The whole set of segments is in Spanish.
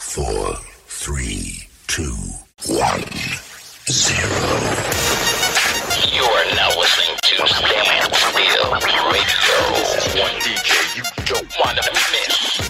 4, 3, 2, 1, 0. You are now listening to Stand Still Radio. This is one DJ you don't want to miss.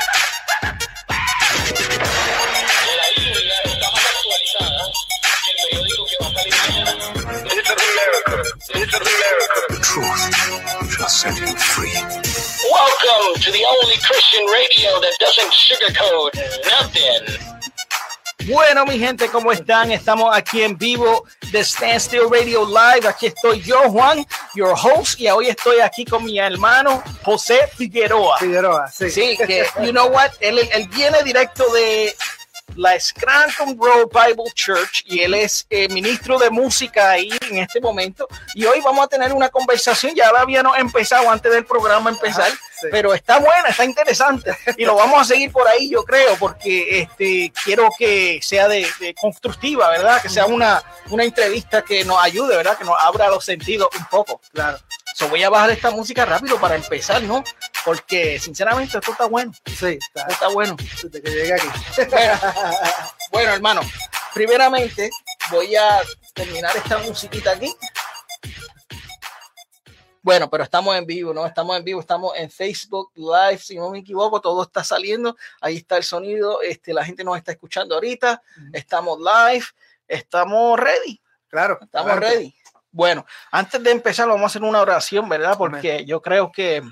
The truth shall set you free. Welcome to the only Christian radio that doesn't sugarcoat nothing. Bueno, mi gente, ¿cómo están? Estamos aquí en vivo de Stand Still Radio Live. Aquí estoy yo, Juan, your host, y hoy estoy aquí con mi hermano José Figueroa. Sí, que, you know what, él viene directo de la Scranton Road Bible Church y él es ministro de música ahí en este momento, y hoy vamos a tener una conversación. Ya la habíamos empezado antes del programa empezar, sí, pero está buena, está interesante y lo vamos a seguir por ahí, yo creo, porque quiero que sea de constructiva, ¿verdad? Que sea una entrevista que nos ayude, ¿verdad? Que nos abra los sentidos un poco. Claro. So, voy a bajar esta música rápido para empezar, ¿no? Porque sinceramente esto está bueno. Sí, está bueno. Desde que llegué aquí. Bueno, hermano, primeramente voy a terminar esta musiquita aquí. Bueno, pero estamos en vivo, ¿no? Estamos en vivo, estamos en Facebook Live, si no me equivoco, todo está saliendo. Ahí está el sonido, la gente nos está escuchando ahorita. Estamos live, estamos ready. Claro. Estamos ready. Bueno, antes de empezar vamos a hacer una oración, ¿verdad? Porque yo creo que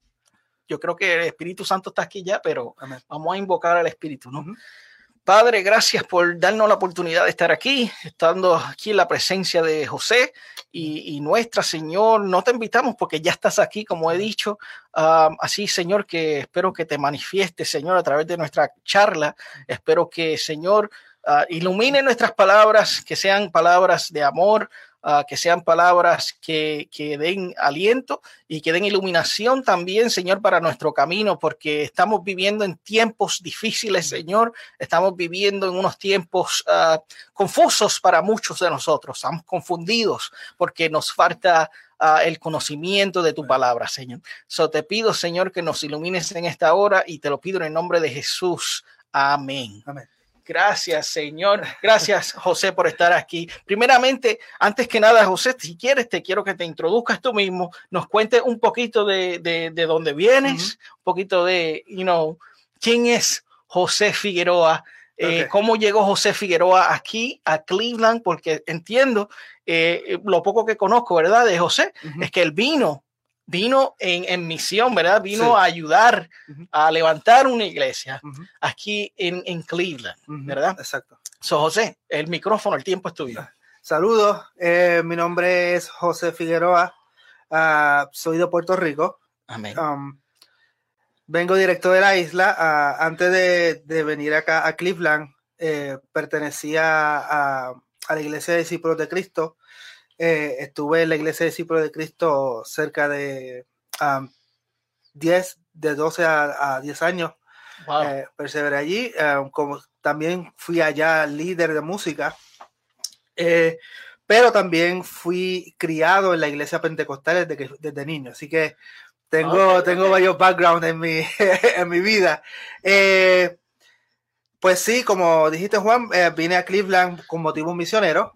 el Espíritu Santo está aquí ya, pero vamos a invocar al Espíritu, ¿no? Uh-huh. Padre, gracias por darnos la oportunidad de estar aquí, estando aquí en la presencia de José y nuestra, Señor. No te invitamos porque ya estás aquí, como he dicho. Así, Señor, que espero que te manifiestes, Señor, a través de nuestra charla. Espero que, Señor, ilumine nuestras palabras, que sean palabras de amor, que sean palabras que den aliento y que den iluminación también, Señor, para nuestro camino, porque estamos viviendo en tiempos difíciles, Señor. Estamos viviendo en unos tiempos confusos para muchos de nosotros. Estamos confundidos porque nos falta el conocimiento de tu palabra, Señor. So te pido, Señor, que nos ilumines en esta hora y te lo pido en el nombre de Jesús. Amén. Amén. Gracias, Señor. Gracias, José, por estar aquí. Primeramente, antes que nada, José, si quieres, quiero que te introduzcas tú mismo, nos cuentes un poquito de dónde vienes, un poquito de, quién es José Figueroa, cómo llegó José Figueroa aquí a Cleveland, porque entiendo, lo poco que conozco, ¿verdad?, de José, es que él vino en misión, ¿verdad? Vino a ayudar a levantar una iglesia aquí en Cleveland, ¿verdad? Exacto. So, José, el micrófono, el tiempo es tuyo. Saludos, mi nombre es José Figueroa, soy de Puerto Rico. Amén. Vengo directo de la isla. Antes de venir acá a Cleveland, pertenecía a la Iglesia de Discípulos de Cristo. Estuve en la Iglesia de Discípulos de Cristo cerca de 12 a 10 años. Wow. Perseveré allí. Como también fui allá líder de música, pero también fui criado en la iglesia pentecostal desde niño. Así que tengo varios backgrounds en mi vida. Pues sí, como dijiste, Juan, vine a Cleveland con motivo misionero.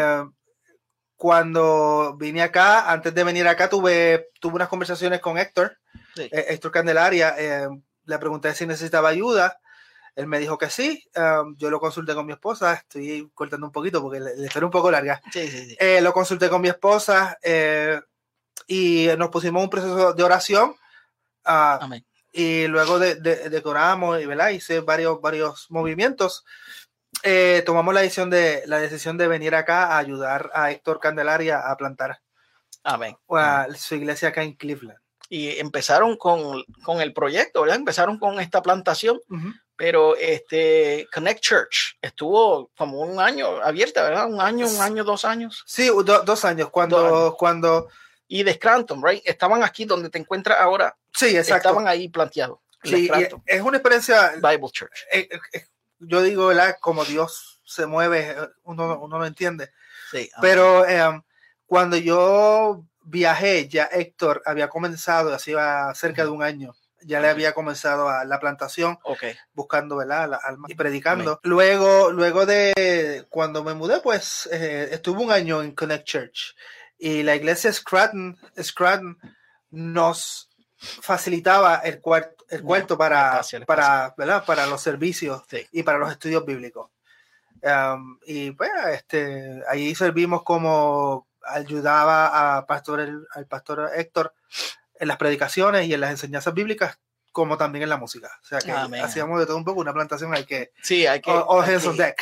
Cuando vine acá, antes de venir acá, tuve unas conversaciones con Héctor, sí. Héctor Candelaria. Le pregunté si necesitaba ayuda. Él me dijo que sí. Yo lo consulté con mi esposa. Estoy cortando un poquito porque la historia es un poco larga. Sí. Lo consulté con mi esposa y nos pusimos un proceso de oración. Amén. Y luego decoramos y, ¿verdad?, hice varios movimientos. Tomamos la decisión de venir acá a ayudar a Héctor Candelaria a plantar su iglesia acá en Cleveland. Y empezaron con el proyecto, ¿verdad? Empezaron con esta plantación, pero Connect Church estuvo como un año abierta, ¿verdad? Un año, 2 años. Sí, 2 años. Cuando y de Scranton, right? Estaban aquí donde te encuentras ahora. Sí, exacto. Estaban ahí planteados. Sí, es una experiencia. Bible Church. Yo digo, ¿verdad?, como Dios se mueve, uno no entiende. Sí, pero cuando yo viajé, ya Héctor había comenzado, hacía cerca de un año, Ya le había comenzado a la plantación, buscando, ¿verdad?, las almas y predicando. Luego de cuando me mudé, pues estuve un año en Connect Church y la iglesia Scranton nos facilitaba el cuarto para los servicios y para los estudios bíblicos. Y pues ahí servimos como ayudaba al pastor Héctor en las predicaciones y en las enseñanzas bíblicas, como también en la música. O sea que hacíamos de todo un poco. Una plantación hay que all hands on deck.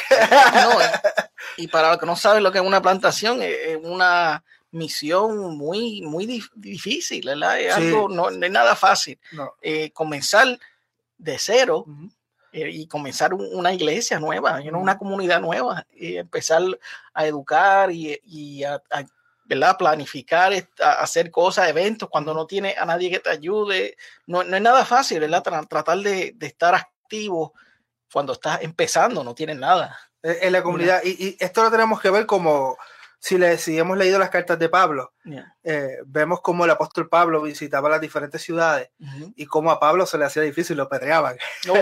Y para los que no saben lo que es una plantación, es una misión muy difícil, ¿verdad? Es algo, no es nada fácil. Comenzar de cero y comenzar una iglesia nueva, una comunidad nueva, y empezar a educar y a ¿verdad? Planificar, hacer cosas, eventos, cuando no tiene a nadie que te ayude. No es nada fácil, ¿verdad? Tratar de estar activo cuando estás empezando, no tienes nada. En la comunidad. Y esto lo tenemos que ver como si hemos leído las cartas de Pablo. Vemos cómo el apóstol Pablo visitaba las diferentes ciudades y cómo a Pablo se le hacía difícil, lo perreaban.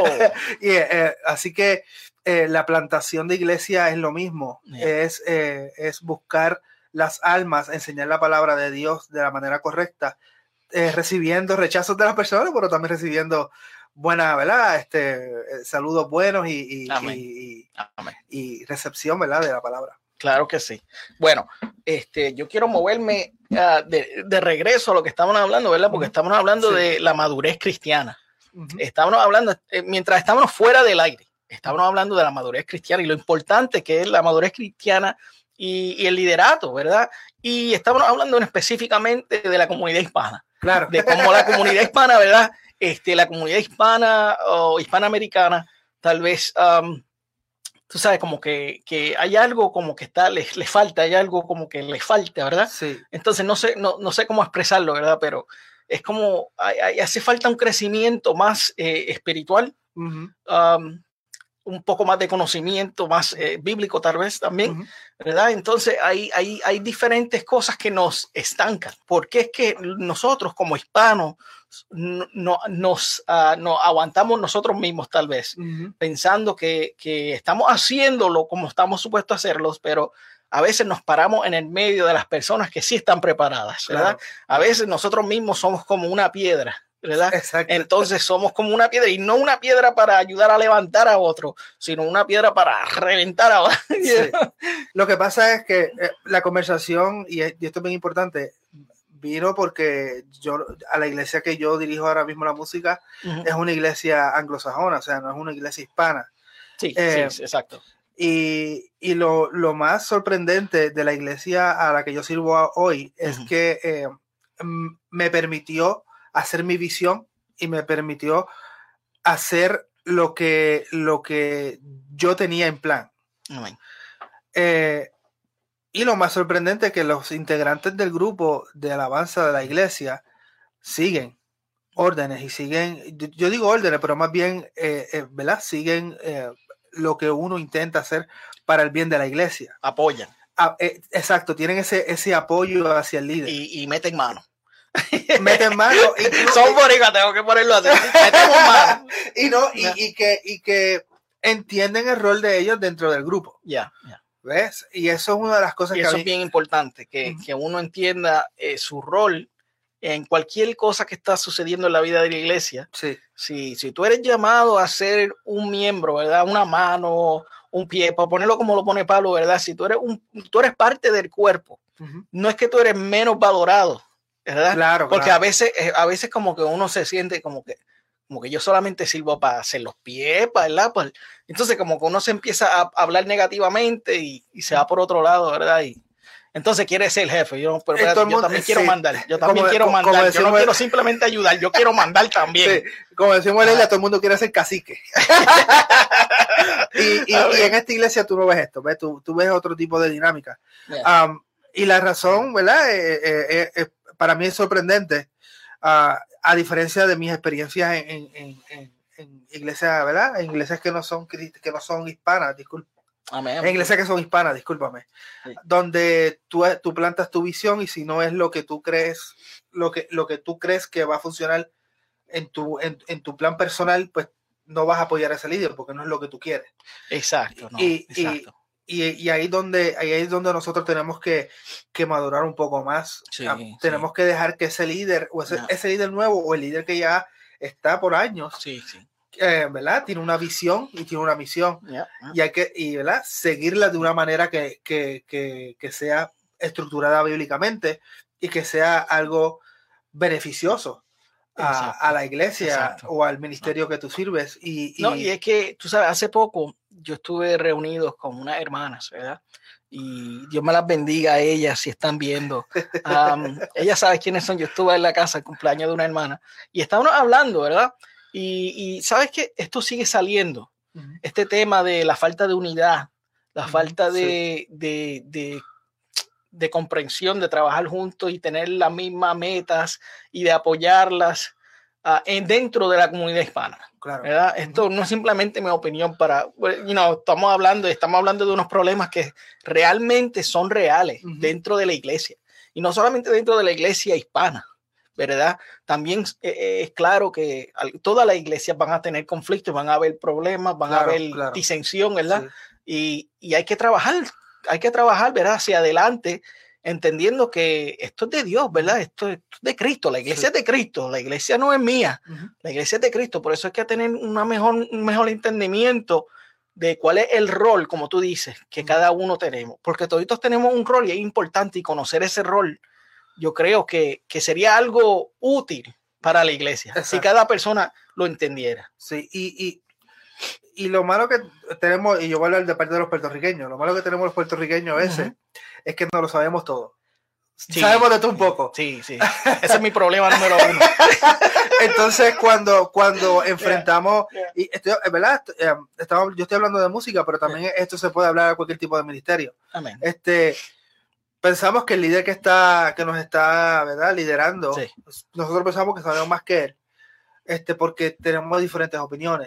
Así que la plantación de iglesia es lo mismo. Es buscar las almas, enseñar la palabra de Dios de la manera correcta, recibiendo rechazos de las personas, pero también recibiendo buena, ¿verdad? Saludos buenos y recepción, ¿verdad?, de la palabra. Claro que sí. Bueno, yo quiero moverme de regreso a lo que estamos hablando, ¿verdad? Porque estamos hablando de la madurez cristiana. Estábamos hablando, mientras estábamos fuera del aire, estábamos hablando de la madurez cristiana y lo importante que es la madurez cristiana y el liderato, ¿verdad? Y estamos hablando específicamente de la comunidad hispana. Claro. De cómo la comunidad hispana, ¿verdad? La comunidad hispana o hispanoamericana, tal vez, tú sabes, como que hay algo como que le falta, hay algo como que le falta, ¿verdad? Sí. Entonces no sé cómo expresarlo, ¿verdad? Pero es como, hace falta un crecimiento más espiritual, un poco más de conocimiento, más bíblico tal vez también, ¿verdad? Entonces hay diferentes cosas que nos estancan, porque es que nosotros como hispanos nos aguantamos nosotros mismos tal vez, pensando que estamos haciéndolo como estamos supuestos a hacerlo, pero a veces nos paramos en el medio de las personas que sí están preparadas, ¿verdad? Claro. A veces nosotros mismos somos como una piedra, ¿verdad? Exacto. Entonces somos como una piedra, y no una piedra para ayudar a levantar a otro, sino una piedra para reventar a otro. Sí. Lo que pasa es que la conversación, y esto es bien importante, vino porque a la iglesia que yo dirijo ahora mismo la música es una iglesia anglosajona, o sea, no es una iglesia hispana. Sí, sí, exacto. Y lo más sorprendente de la iglesia a la que yo sirvo hoy es que me permitió hacer mi visión y me permitió hacer lo que yo tenía en plan. Y lo más sorprendente es que los integrantes del grupo de alabanza de la iglesia siguen órdenes y siguen, yo digo órdenes, pero más bien, ¿verdad? Siguen lo que uno intenta hacer para el bien de la iglesia. Apoyan. Exacto, tienen ese apoyo hacia el líder. Y meten mano. Meten mano. Son boricuas, tengo que ponerlo así. Metemos mano. Y que entienden el rol de ellos dentro del grupo. Ya. ¿Ves? Y eso es una de las cosas que eso es bien importante, que uno entienda su rol en cualquier cosa que está sucediendo en la vida de la iglesia. Sí. Si tú eres llamado a ser un miembro, ¿verdad? Una mano, un pie, para ponerlo como lo pone Pablo, ¿verdad? Si tú eres parte del cuerpo, no es que tú eres menos valorado, ¿verdad? Claro. Porque a veces como que uno se siente como que yo solamente sirvo para hacer los pies, ¿verdad? Entonces como que uno se empieza a hablar negativamente y se va por otro lado, ¿verdad? Y entonces quiere ser el jefe. Yo también quiero mandar. Yo también quiero mandar. Yo no quiero simplemente ayudar. Yo quiero mandar también. Sí. Como decimos en ella, todo el mundo quiere ser cacique. y en esta iglesia tú no ves esto. ¿Ves? Tú ves otro tipo de dinámica. Yeah. Y la razón, ¿verdad? Para mí es sorprendente. A diferencia de mis experiencias en iglesias, ¿verdad? En iglesias que no son hispanas, disculpa. Amén. En iglesias que son hispanas, discúlpame. Sí. Donde tú plantas tu visión y si no es lo que tú crees, lo que tú crees que va a funcionar en tu plan personal, pues no vas a apoyar a ese líder porque no es lo que tú quieres. Exacto. No, exacto. Y ahí es donde nosotros tenemos que madurar un poco más. Tenemos que dejar que ese líder, o ese líder nuevo, o el líder que ya está por años, ¿verdad? Tiene una visión y tiene una misión. Y hay que, ¿verdad? Seguirla de una manera que sea estructurada bíblicamente y que sea algo beneficioso a la iglesia o al ministerio que tú sirves. Y es que, tú sabes, hace poco yo estuve reunido con unas hermanas, ¿verdad? Y Dios me las bendiga a ellas si están viendo. Ellas saben quiénes son. Yo estuve en la casa, el cumpleaños de una hermana, y estábamos hablando, ¿verdad? Y sabes que esto sigue saliendo. Este tema de la falta de unidad, la falta de comprensión, de trabajar juntos y tener las mismas metas y de apoyarlas dentro de la comunidad hispana. Claro. ¿Verdad? Esto no es simplemente mi opinión estamos hablando de unos problemas que realmente son reales dentro de la iglesia, y no solamente dentro de la iglesia hispana, ¿verdad? También es claro que todas las iglesias van a tener conflictos, van a haber problemas, van a haber disensión, ¿verdad? Sí. Y hay que trabajar, ¿verdad? Hacia adelante, entendiendo que esto es de Dios, ¿verdad? Esto es de Cristo, la iglesia es de Cristo, la iglesia no es mía, la iglesia es de Cristo. Por eso hay que tener un mejor entendimiento de cuál es el rol, como tú dices, que cada uno tenemos, porque todos tenemos un rol y es importante, y conocer ese rol, yo creo que sería algo útil para la iglesia. Exacto. Si cada persona lo entendiera. Sí, y lo malo que tenemos, y yo voy a hablar de parte de los puertorriqueños, lo malo que tenemos los puertorriqueños es que no lo sabemos todo. Sí, sabemos de todo un poco. Sí. Ese es mi problema número uno. Entonces, cuando enfrentamos, y ¿verdad? Yo estoy hablando de música, pero también esto se puede hablar a cualquier tipo de ministerio. Amén. Pensamos que el líder que nos está, ¿verdad?, liderando, nosotros pensamos que sabemos más que él, porque tenemos diferentes opiniones.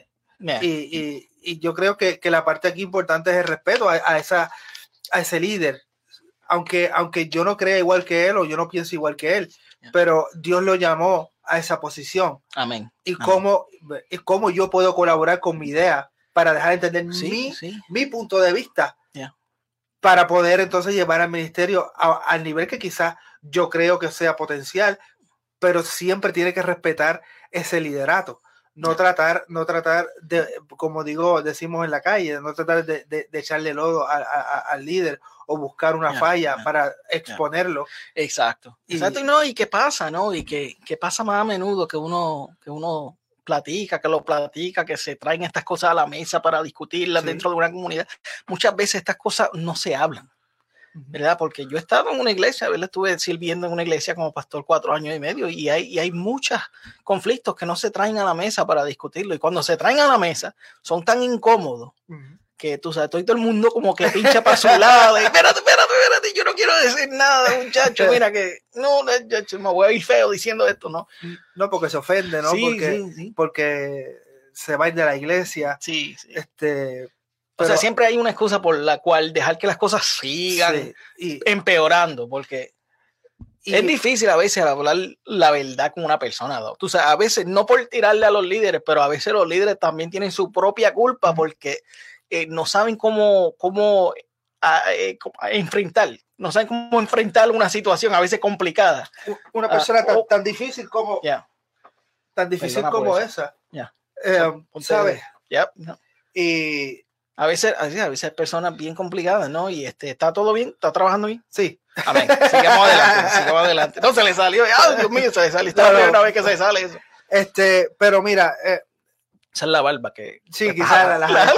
Y yo creo que la parte aquí importante es el respeto a ese líder, aunque yo no crea igual que él o yo no pienso igual que él, pero Dios lo llamó a esa posición. Amén. Y cómo yo puedo colaborar con mi idea para dejar de entender mi punto de vista, para poder entonces llevar al ministerio al nivel que quizás yo creo que sea potencial, pero siempre tiene que respetar ese liderato. No tratar de, como decimos en la calle, no tratar de echarle lodo al líder o buscar una falla para exponerlo. Exacto. ¿Y qué pasa, no? Y qué pasa más a menudo que uno platica, que se traen estas cosas a la mesa para discutirlas dentro de una comunidad. Muchas veces estas cosas no se hablan, ¿verdad? Porque yo he estado en una iglesia, ¿verdad? Estuve sirviendo en una iglesia como pastor 4 años y medio, y hay muchos conflictos que no se traen a la mesa para discutirlo, y cuando se traen a la mesa son tan incómodos que tú sabes, todo el mundo como que pincha para su lado, y espérate, yo no quiero decir nada, muchacho, mira que no, me voy a ir feo diciendo esto, ¿no? No, porque se ofende, ¿no? Porque se va a ir de la iglesia. Sí. Pero, o sea, siempre hay una excusa por la cual dejar que las cosas sigan empeorando, porque es difícil a veces hablar la verdad con una persona, ¿no? Tú sabes, a veces no por tirarle a los líderes, pero a veces los líderes también tienen su propia culpa porque no saben cómo enfrentar una situación a veces complicada. Una persona tan difícil como esa. ¿Sabes? Y a veces hay personas bien complicadas, ¿no? Y ¿está todo bien? ¿Está trabajando bien? Sí. Amén. Sigamos adelante. No, se le salió. ¡Ay, Dios mío! Se le salió. Esta primera vez que se sale eso. Pero mira. Esa es la barba que... Sí, quizás la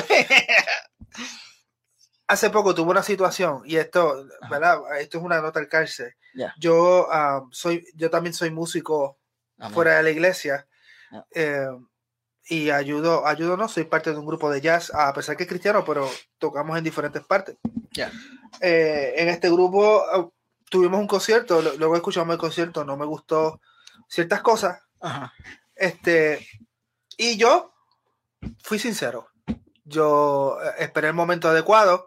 Hace poco tuve una situación, y esto, ¿verdad? Esto es una nota al cárcel. Yo también soy músico fuera de la iglesia. Y ayudo, no, soy parte de un grupo de jazz, a pesar que es cristiano, pero tocamos en diferentes partes. En este grupo tuvimos un concierto, luego escuchamos el concierto, no me gustó ciertas cosas. Y yo fui sincero. Yo esperé el momento adecuado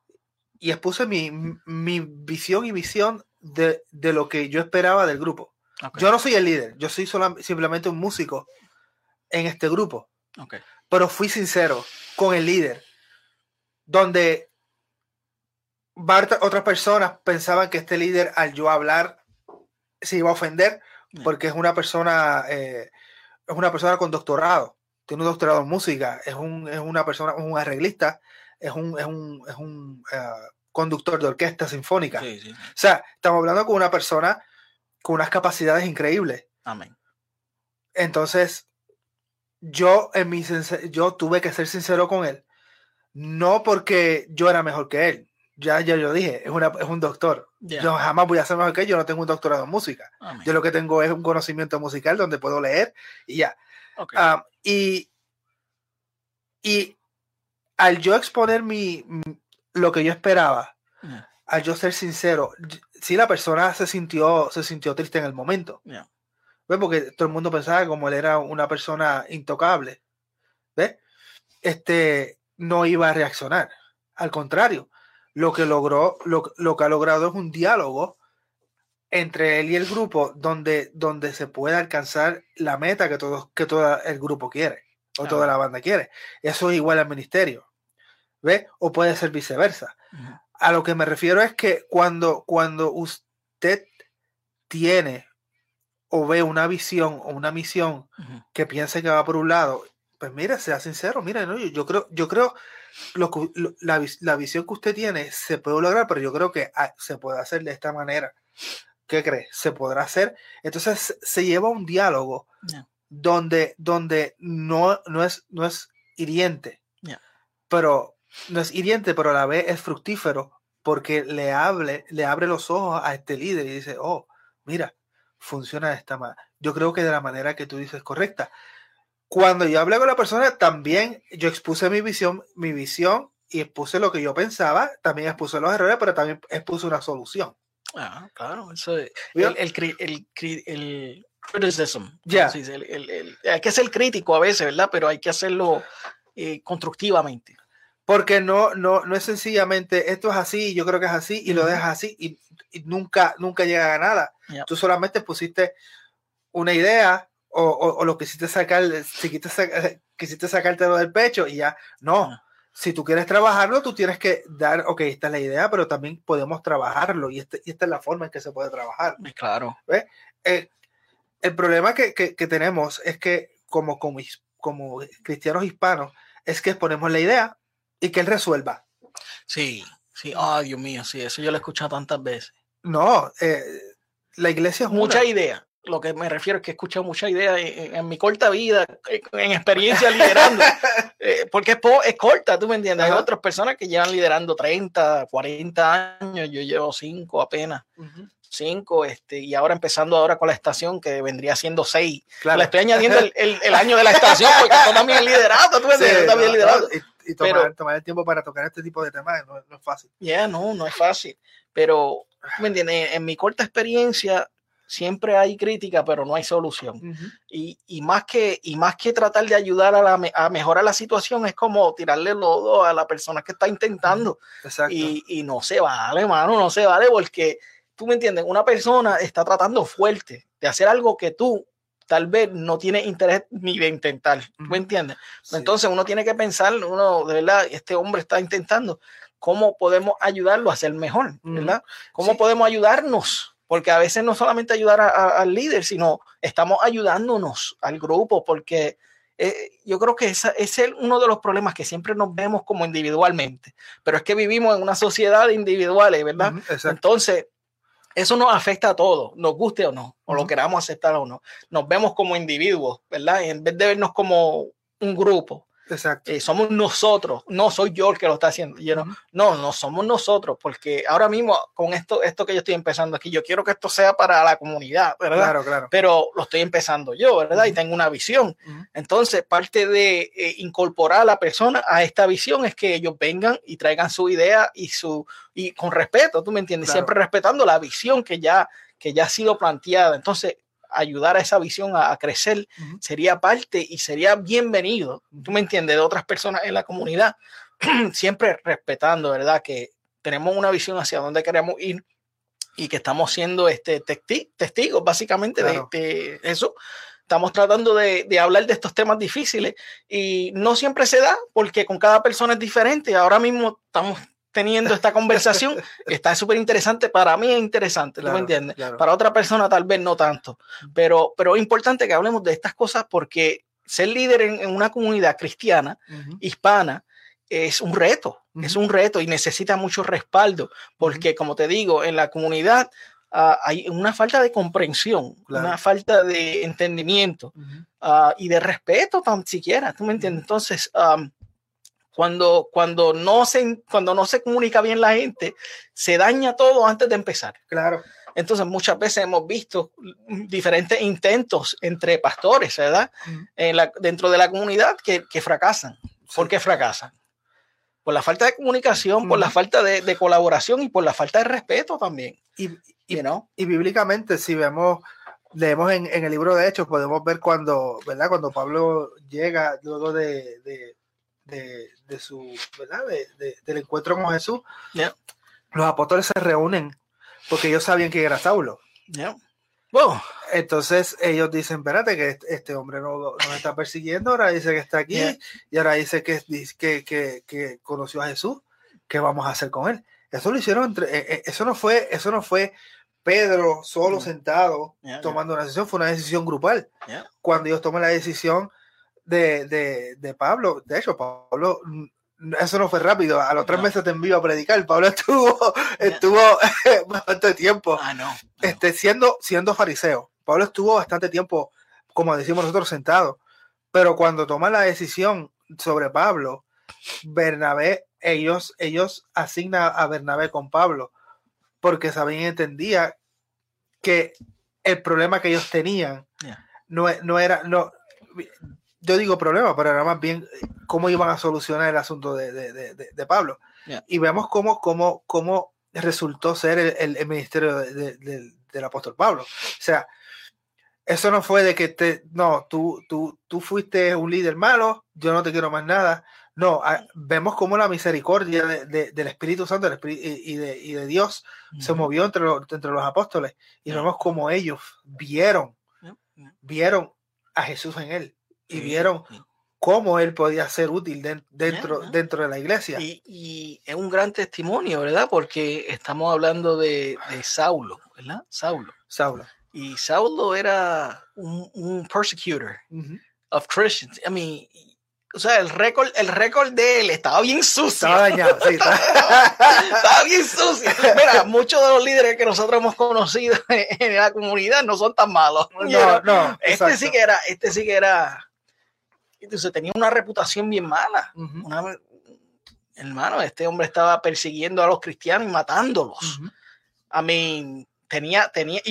y expuse mi visión y misión de lo que yo esperaba del grupo. Okay. Yo no soy el líder, yo soy simplemente un músico en este grupo. Okay. Pero fui sincero con el líder, donde otras personas pensaban que este líder, al yo hablar, se iba a ofender, porque es una persona con doctorado, tiene un doctorado en música, es una persona, un arreglista, es un conductor de orquesta sinfónica. Sí, sí. O sea, estamos hablando con una persona con unas capacidades increíbles. Amén. Entonces, yo tuve que ser sincero con él, no porque yo era mejor que él. Ya yo dije, es un doctor. Yeah. Yo jamás voy a ser mejor que él. Yo no tengo un doctorado en música. Amén. Yo lo que tengo es un conocimiento musical donde puedo leer y ya. Okay. Y al yo exponer lo que yo esperaba, Yeah. al yo ser sincero, sí, la persona se sintió triste en el momento. Yeah. ¿Ves? Porque todo el mundo pensaba que como él era una persona intocable, ¿ves? No iba a reaccionar. Al contrario, lo que ha logrado es un diálogo entre él y el grupo donde se puede alcanzar la meta que todo el grupo quiere o toda la banda quiere. Eso es igual al ministerio, ¿ves? O puede ser viceversa. Uh-huh. A lo que me refiero es que cuando usted tiene o ve una visión o una misión uh-huh. que piense que va por un lado, pues mira, sea sincero, mira, ¿no? yo creo la visión que usted tiene se puede lograr, pero yo creo que se puede hacer de esta manera. ¿Qué crees? Se podrá hacer. Entonces se lleva un diálogo yeah. donde no es hiriente, yeah. pero no es hiriente, pero a la vez es fructífero, porque le abre los ojos a este líder y dice, oh, mira, funciona de esta manera. Yo creo que de la manera que tú dices correcta. Cuando yo hablé con la persona, también yo expuse mi visión y expuse lo que yo pensaba, también expuse los errores, pero también expuse una solución. Ah, claro, eso es el criticism. Yeah. Hay que ser crítico a veces, ¿verdad? Pero hay que hacerlo constructivamente. Porque no es sencillamente esto es así, yo creo que es así, y lo dejas así, y nunca llega a nada. Yeah. Tú solamente pusiste una idea, o lo quisiste sacártelo del pecho y ya. No, si tú quieres trabajarlo, tú tienes que dar, ok, esta es la idea, pero también podemos trabajarlo y esta es la forma en que se puede trabajar. Claro. ¿Ves? El problema que tenemos es que como cristianos hispanos es que ponemos la idea y que él resuelva. Sí. Ay, Dios mío, sí, eso yo lo he escuchado tantas veces. No, la iglesia es mucha idea. Lo que me refiero es que he escuchado mucha idea en mi corta vida, en experiencia liderando, porque es corta, tú me entiendes. Hay otras personas que llevan liderando 30, 40 años, yo llevo 5 apenas, 5, y ahora empezando con la estación, que vendría siendo 6. Claro. Le estoy añadiendo el año de la estación, porque tú también liderado, tú me entiendes, sí, también liderado. Y tomar el tiempo para tocar este tipo de temas no es fácil. No es fácil, pero, ¿me entiendes? En mi corta experiencia, siempre hay crítica, pero no hay solución. Uh-huh. Y más que tratar de ayudar a mejorar la situación, es como tirarle lodo a la persona que está intentando. Exacto. Y no se vale, mano, no se vale, porque tú me entiendes, una persona está tratando fuerte de hacer algo que tú tal vez no tienes interés ni de intentar. ¿Tú me entiendes? Sí. Entonces uno tiene que pensar, de verdad, este hombre está intentando, ¿cómo podemos ayudarlo a ser mejor? ¿Verdad? ¿Cómo podemos ayudarnos? Porque a veces no solamente ayudar al líder, sino estamos ayudándonos al grupo, porque yo creo que ese es uno de los problemas, que siempre nos vemos como individualmente, pero es que vivimos en una sociedad de individuales, ¿verdad? Entonces, eso nos afecta a todos, nos guste o no, o lo queramos aceptar o no. Nos vemos como individuos, ¿verdad? En vez de vernos como un grupo. Exacto. Somos nosotros, no soy yo el que lo está haciendo. No somos nosotros, porque ahora mismo con esto que yo estoy empezando aquí, yo quiero que esto sea para la comunidad, ¿verdad? Claro. Pero lo estoy empezando yo, ¿verdad? Y tengo una visión. Entonces, parte de incorporar a la persona a esta visión es que ellos vengan y traigan su idea y con respeto, ¿tú me entiendes? Claro. Siempre respetando la visión que ya ha sido planteada. Entonces, ayudar a esa visión a crecer sería parte y sería bienvenido, tú me entiendes, de otras personas en la comunidad, siempre respetando, ¿verdad? Que tenemos una visión hacia dónde queremos ir y que estamos siendo testigos básicamente Claro. de eso. Estamos tratando de hablar de estos temas difíciles y no siempre se da porque con cada persona es diferente. Ahora mismo estamos teniendo esta conversación, está súper interesante. Para mí es interesante, ¿tú me entiendes? Claro. Para otra persona tal vez no tanto, pero es importante que hablemos de estas cosas porque ser líder en una comunidad cristiana, hispana, es un reto, es un reto y necesita mucho respaldo porque, como te digo, en la comunidad hay una falta de comprensión, una falta de entendimiento y de respeto tan siquiera, ¿tú me entiendes? Entonces, cuando no se comunica bien la gente, se daña todo antes de empezar. Claro. Entonces, muchas veces hemos visto diferentes intentos entre pastores, ¿verdad? Dentro de la comunidad que fracasan. ¿Por qué fracasan? Por la falta de comunicación, por la falta de colaboración y por la falta de respeto también. Y bíblicamente, si leemos en el libro de Hechos, podemos ver cuando Pablo llega luego del encuentro con Jesús, los apóstoles se reúnen porque ellos sabían que era Saulo. Wow. Entonces ellos dicen, espérate, que este hombre nos está persiguiendo, ahora dice que está aquí y ahora dice que conoció a Jesús. ¿Qué vamos a hacer con él? Eso lo hicieron eso no fue Pedro solo sentado tomando una decisión, fue una decisión grupal. Cuando ellos toman la decisión de Pablo, de hecho, Pablo, eso no fue rápido, a los 3 meses te envío a predicar. Pablo estuvo bastante tiempo siendo fariseo. Pablo estuvo bastante tiempo, como decimos nosotros, sentado, pero cuando toman la decisión sobre Pablo, Bernabé, ellos asignan a Bernabé con Pablo porque sabían y entendían que el problema que ellos tenían no era yo digo problema, pero era más bien cómo iban a solucionar el asunto de Pablo. Y vemos cómo resultó ser el ministerio del apóstol Pablo. O sea, eso no fue de que tú fuiste un líder malo, yo no te quiero más nada. No, vemos cómo la misericordia del Espíritu Santo y de Dios se movió entre los apóstoles y vemos cómo ellos vieron a Jesús en él y vieron cómo él podía ser útil dentro de la iglesia. Y es un gran testimonio, ¿verdad? Porque estamos hablando de Saulo, ¿verdad? Saulo. Y Saulo era un persecutor of Christians. I mean, o sea, el récord de él estaba bien sucio. Estaba dañado, sí. Estaba bien sucio. Mira, muchos de los líderes que nosotros hemos conocido en la comunidad no son tan malos. No. Este sí que era. Entonces tenía una reputación bien mala. Hermano, este hombre estaba persiguiendo a los cristianos y matándolos. I mean, tenía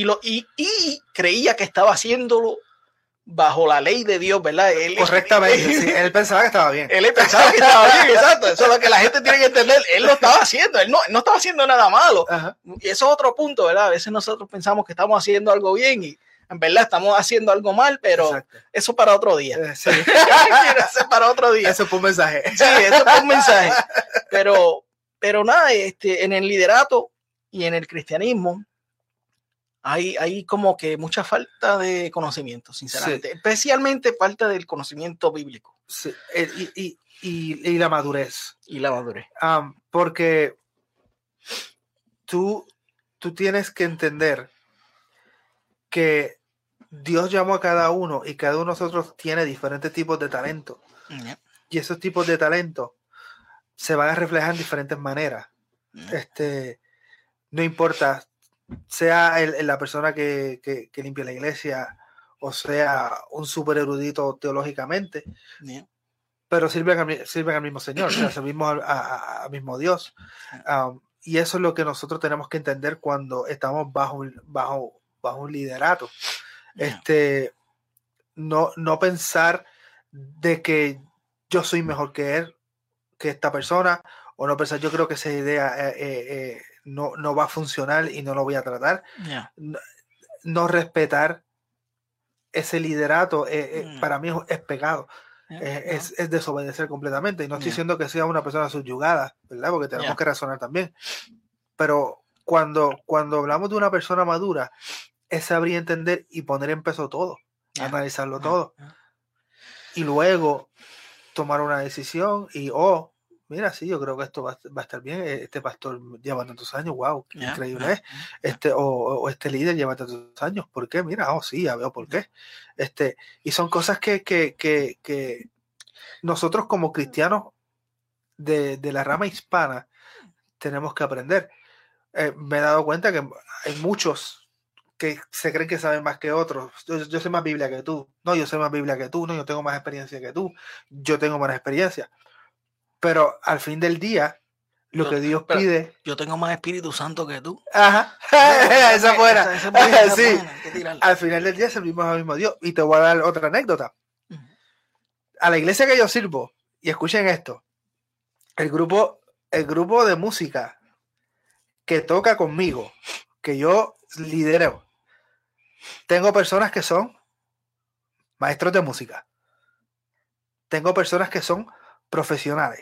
y creía que estaba haciéndolo bajo la ley de Dios, ¿verdad? Correctamente, sí. Él pensaba que estaba bien. Él pensaba que estaba bien, exacto. Eso es lo que la gente tiene que entender. Él lo estaba haciendo, él no estaba haciendo nada malo. Y eso es otro punto, ¿verdad? A veces nosotros pensamos que estamos haciendo algo bien y en verdad estamos haciendo algo mal, pero eso para otro día. Sí. Eso para otro día. Eso fue un mensaje. Sí, eso fue un mensaje. Pero nada, en el liderato y en el cristianismo hay como que mucha falta de conocimiento, sinceramente. Sí. Especialmente falta del conocimiento bíblico. Sí. Y la madurez. Y la madurez. Porque tú tienes que entender que Dios llamó a cada uno y cada uno de nosotros tiene diferentes tipos de talento. Y esos tipos de talento se van a reflejar en diferentes maneras. No importa, sea la persona que limpia la iglesia o sea un súper erudito teológicamente, pero sirven al mismo Señor, o sea, servimos al mismo Dios. Y eso es lo que nosotros tenemos que entender cuando estamos bajo un liderato. No pensar de que yo soy mejor que esta persona, o no pensar, yo creo que esa idea no va a funcionar y no lo voy a tratar. No respetar ese liderato para mí es pecado. Es desobedecer completamente. Y no estoy diciendo que sea una persona subyugada, ¿verdad? Porque tenemos que razonar también. Pero cuando hablamos de una persona madura, es saber y entender y poner en peso todo, analizarlo todo. Y luego tomar una decisión y, mira, sí, yo creo que esto va a estar bien. Este pastor lleva tantos años, wow, qué increíble es. O este líder lleva tantos años, ¿por qué? Mira, sí, ya veo por qué. Y son cosas que nosotros como cristianos de la rama hispana tenemos que aprender. Me he dado cuenta que hay muchos que se creen que saben más que otros. Yo sé más Biblia que tú. No, yo sé más Biblia que tú. No, yo tengo más experiencia que tú. Yo tengo más experiencia. Pero al fin del día, lo que Dios pide... Yo tengo más Espíritu Santo que tú. Ajá. Esa fuera. Sí. Al final del día servimos al mismo Dios. Y te voy a dar otra anécdota. A la iglesia que yo sirvo, y escuchen esto, el grupo de música que toca conmigo, que yo lidero, tengo personas que son maestros de música. Tengo personas que son profesionales.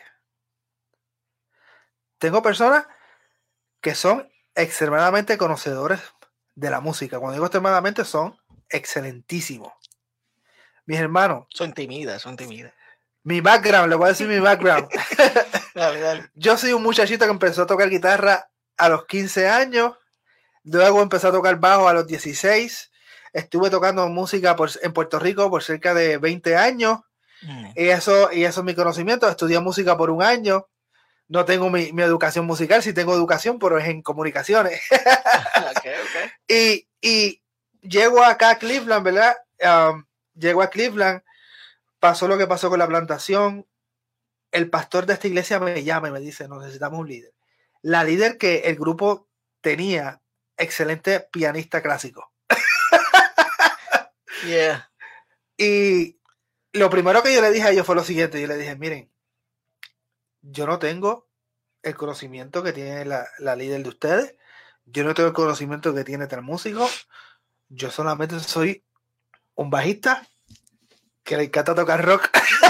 Tengo personas que son extremadamente conocedores de la música. Cuando digo extremadamente, son excelentísimos. Mis hermanos. Son tímidas. Mi background, le voy a decir mi background. Dale. Yo soy un muchachito que empezó a tocar guitarra a los 15 años. Luego empecé a tocar bajo a los 16. Estuve tocando música en Puerto Rico por cerca de 20 años. Y eso es mi conocimiento. Estudié música por un año. No tengo mi educación musical, sí tengo educación, pero es en comunicaciones. Okay. Y llego acá a Cleveland, ¿verdad? Llego a Cleveland, pasó lo que pasó con la plantación. El pastor de esta iglesia me llama y me dice, necesitamos un líder. La líder que el grupo tenía, excelente pianista clásico. Yeah. Y lo primero que yo le dije a ellos fue lo siguiente. Yo le dije, miren, yo no tengo el conocimiento que tiene la líder de ustedes. Yo no tengo el conocimiento que tiene tal músico. Yo solamente soy un bajista que le encanta tocar rock.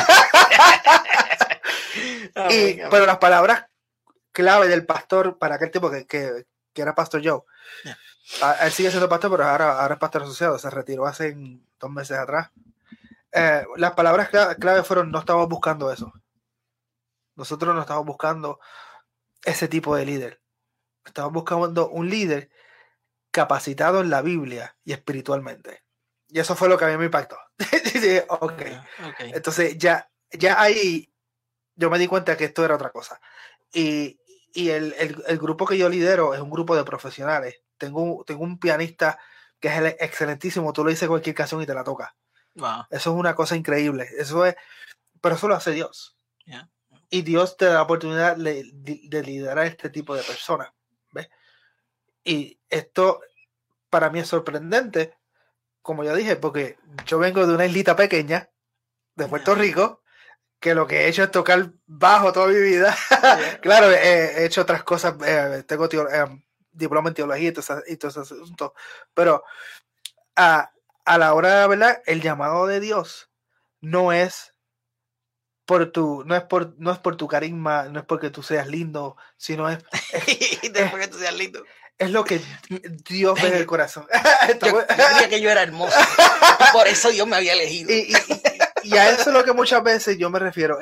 Pero las palabras clave del pastor para aquel tiempo que era Pastor Joe. Yeah. Él sigue siendo pastor, pero ahora es pastor asociado. Se retiró hace 2 meses atrás. Las palabras clave fueron: no estamos buscando eso. Nosotros no estamos buscando ese tipo de líder. Estamos buscando un líder capacitado en la Biblia y espiritualmente. Y eso fue lo que a mí me impactó. Okay. Entonces ya ahí yo me di cuenta que esto era otra cosa. Y el grupo que yo lidero es un grupo de profesionales. Tengo un pianista que es excelentísimo. Tú le dices cualquier canción y te la toca. Wow. Eso es una cosa increíble. Pero eso lo hace Dios. Yeah. Y Dios te da la oportunidad de liderar este tipo de personas. ¿Ves? Y esto para mí es sorprendente, como ya dije, porque yo vengo de una islita pequeña de Puerto Rico, que lo que he hecho es tocar bajo toda mi vida. Yeah. Claro, he hecho otras cosas, tengo diploma en teología y todo ese asunto, pero a la hora, ¿verdad? El llamado de Dios no es por tu carisma, no es porque tú seas lindo, sino es porque tú seas lindo. Es lo que Dios ve en el corazón. Yo creía que yo era hermoso. Por eso Dios me había elegido. Y a eso es lo que muchas veces yo me refiero.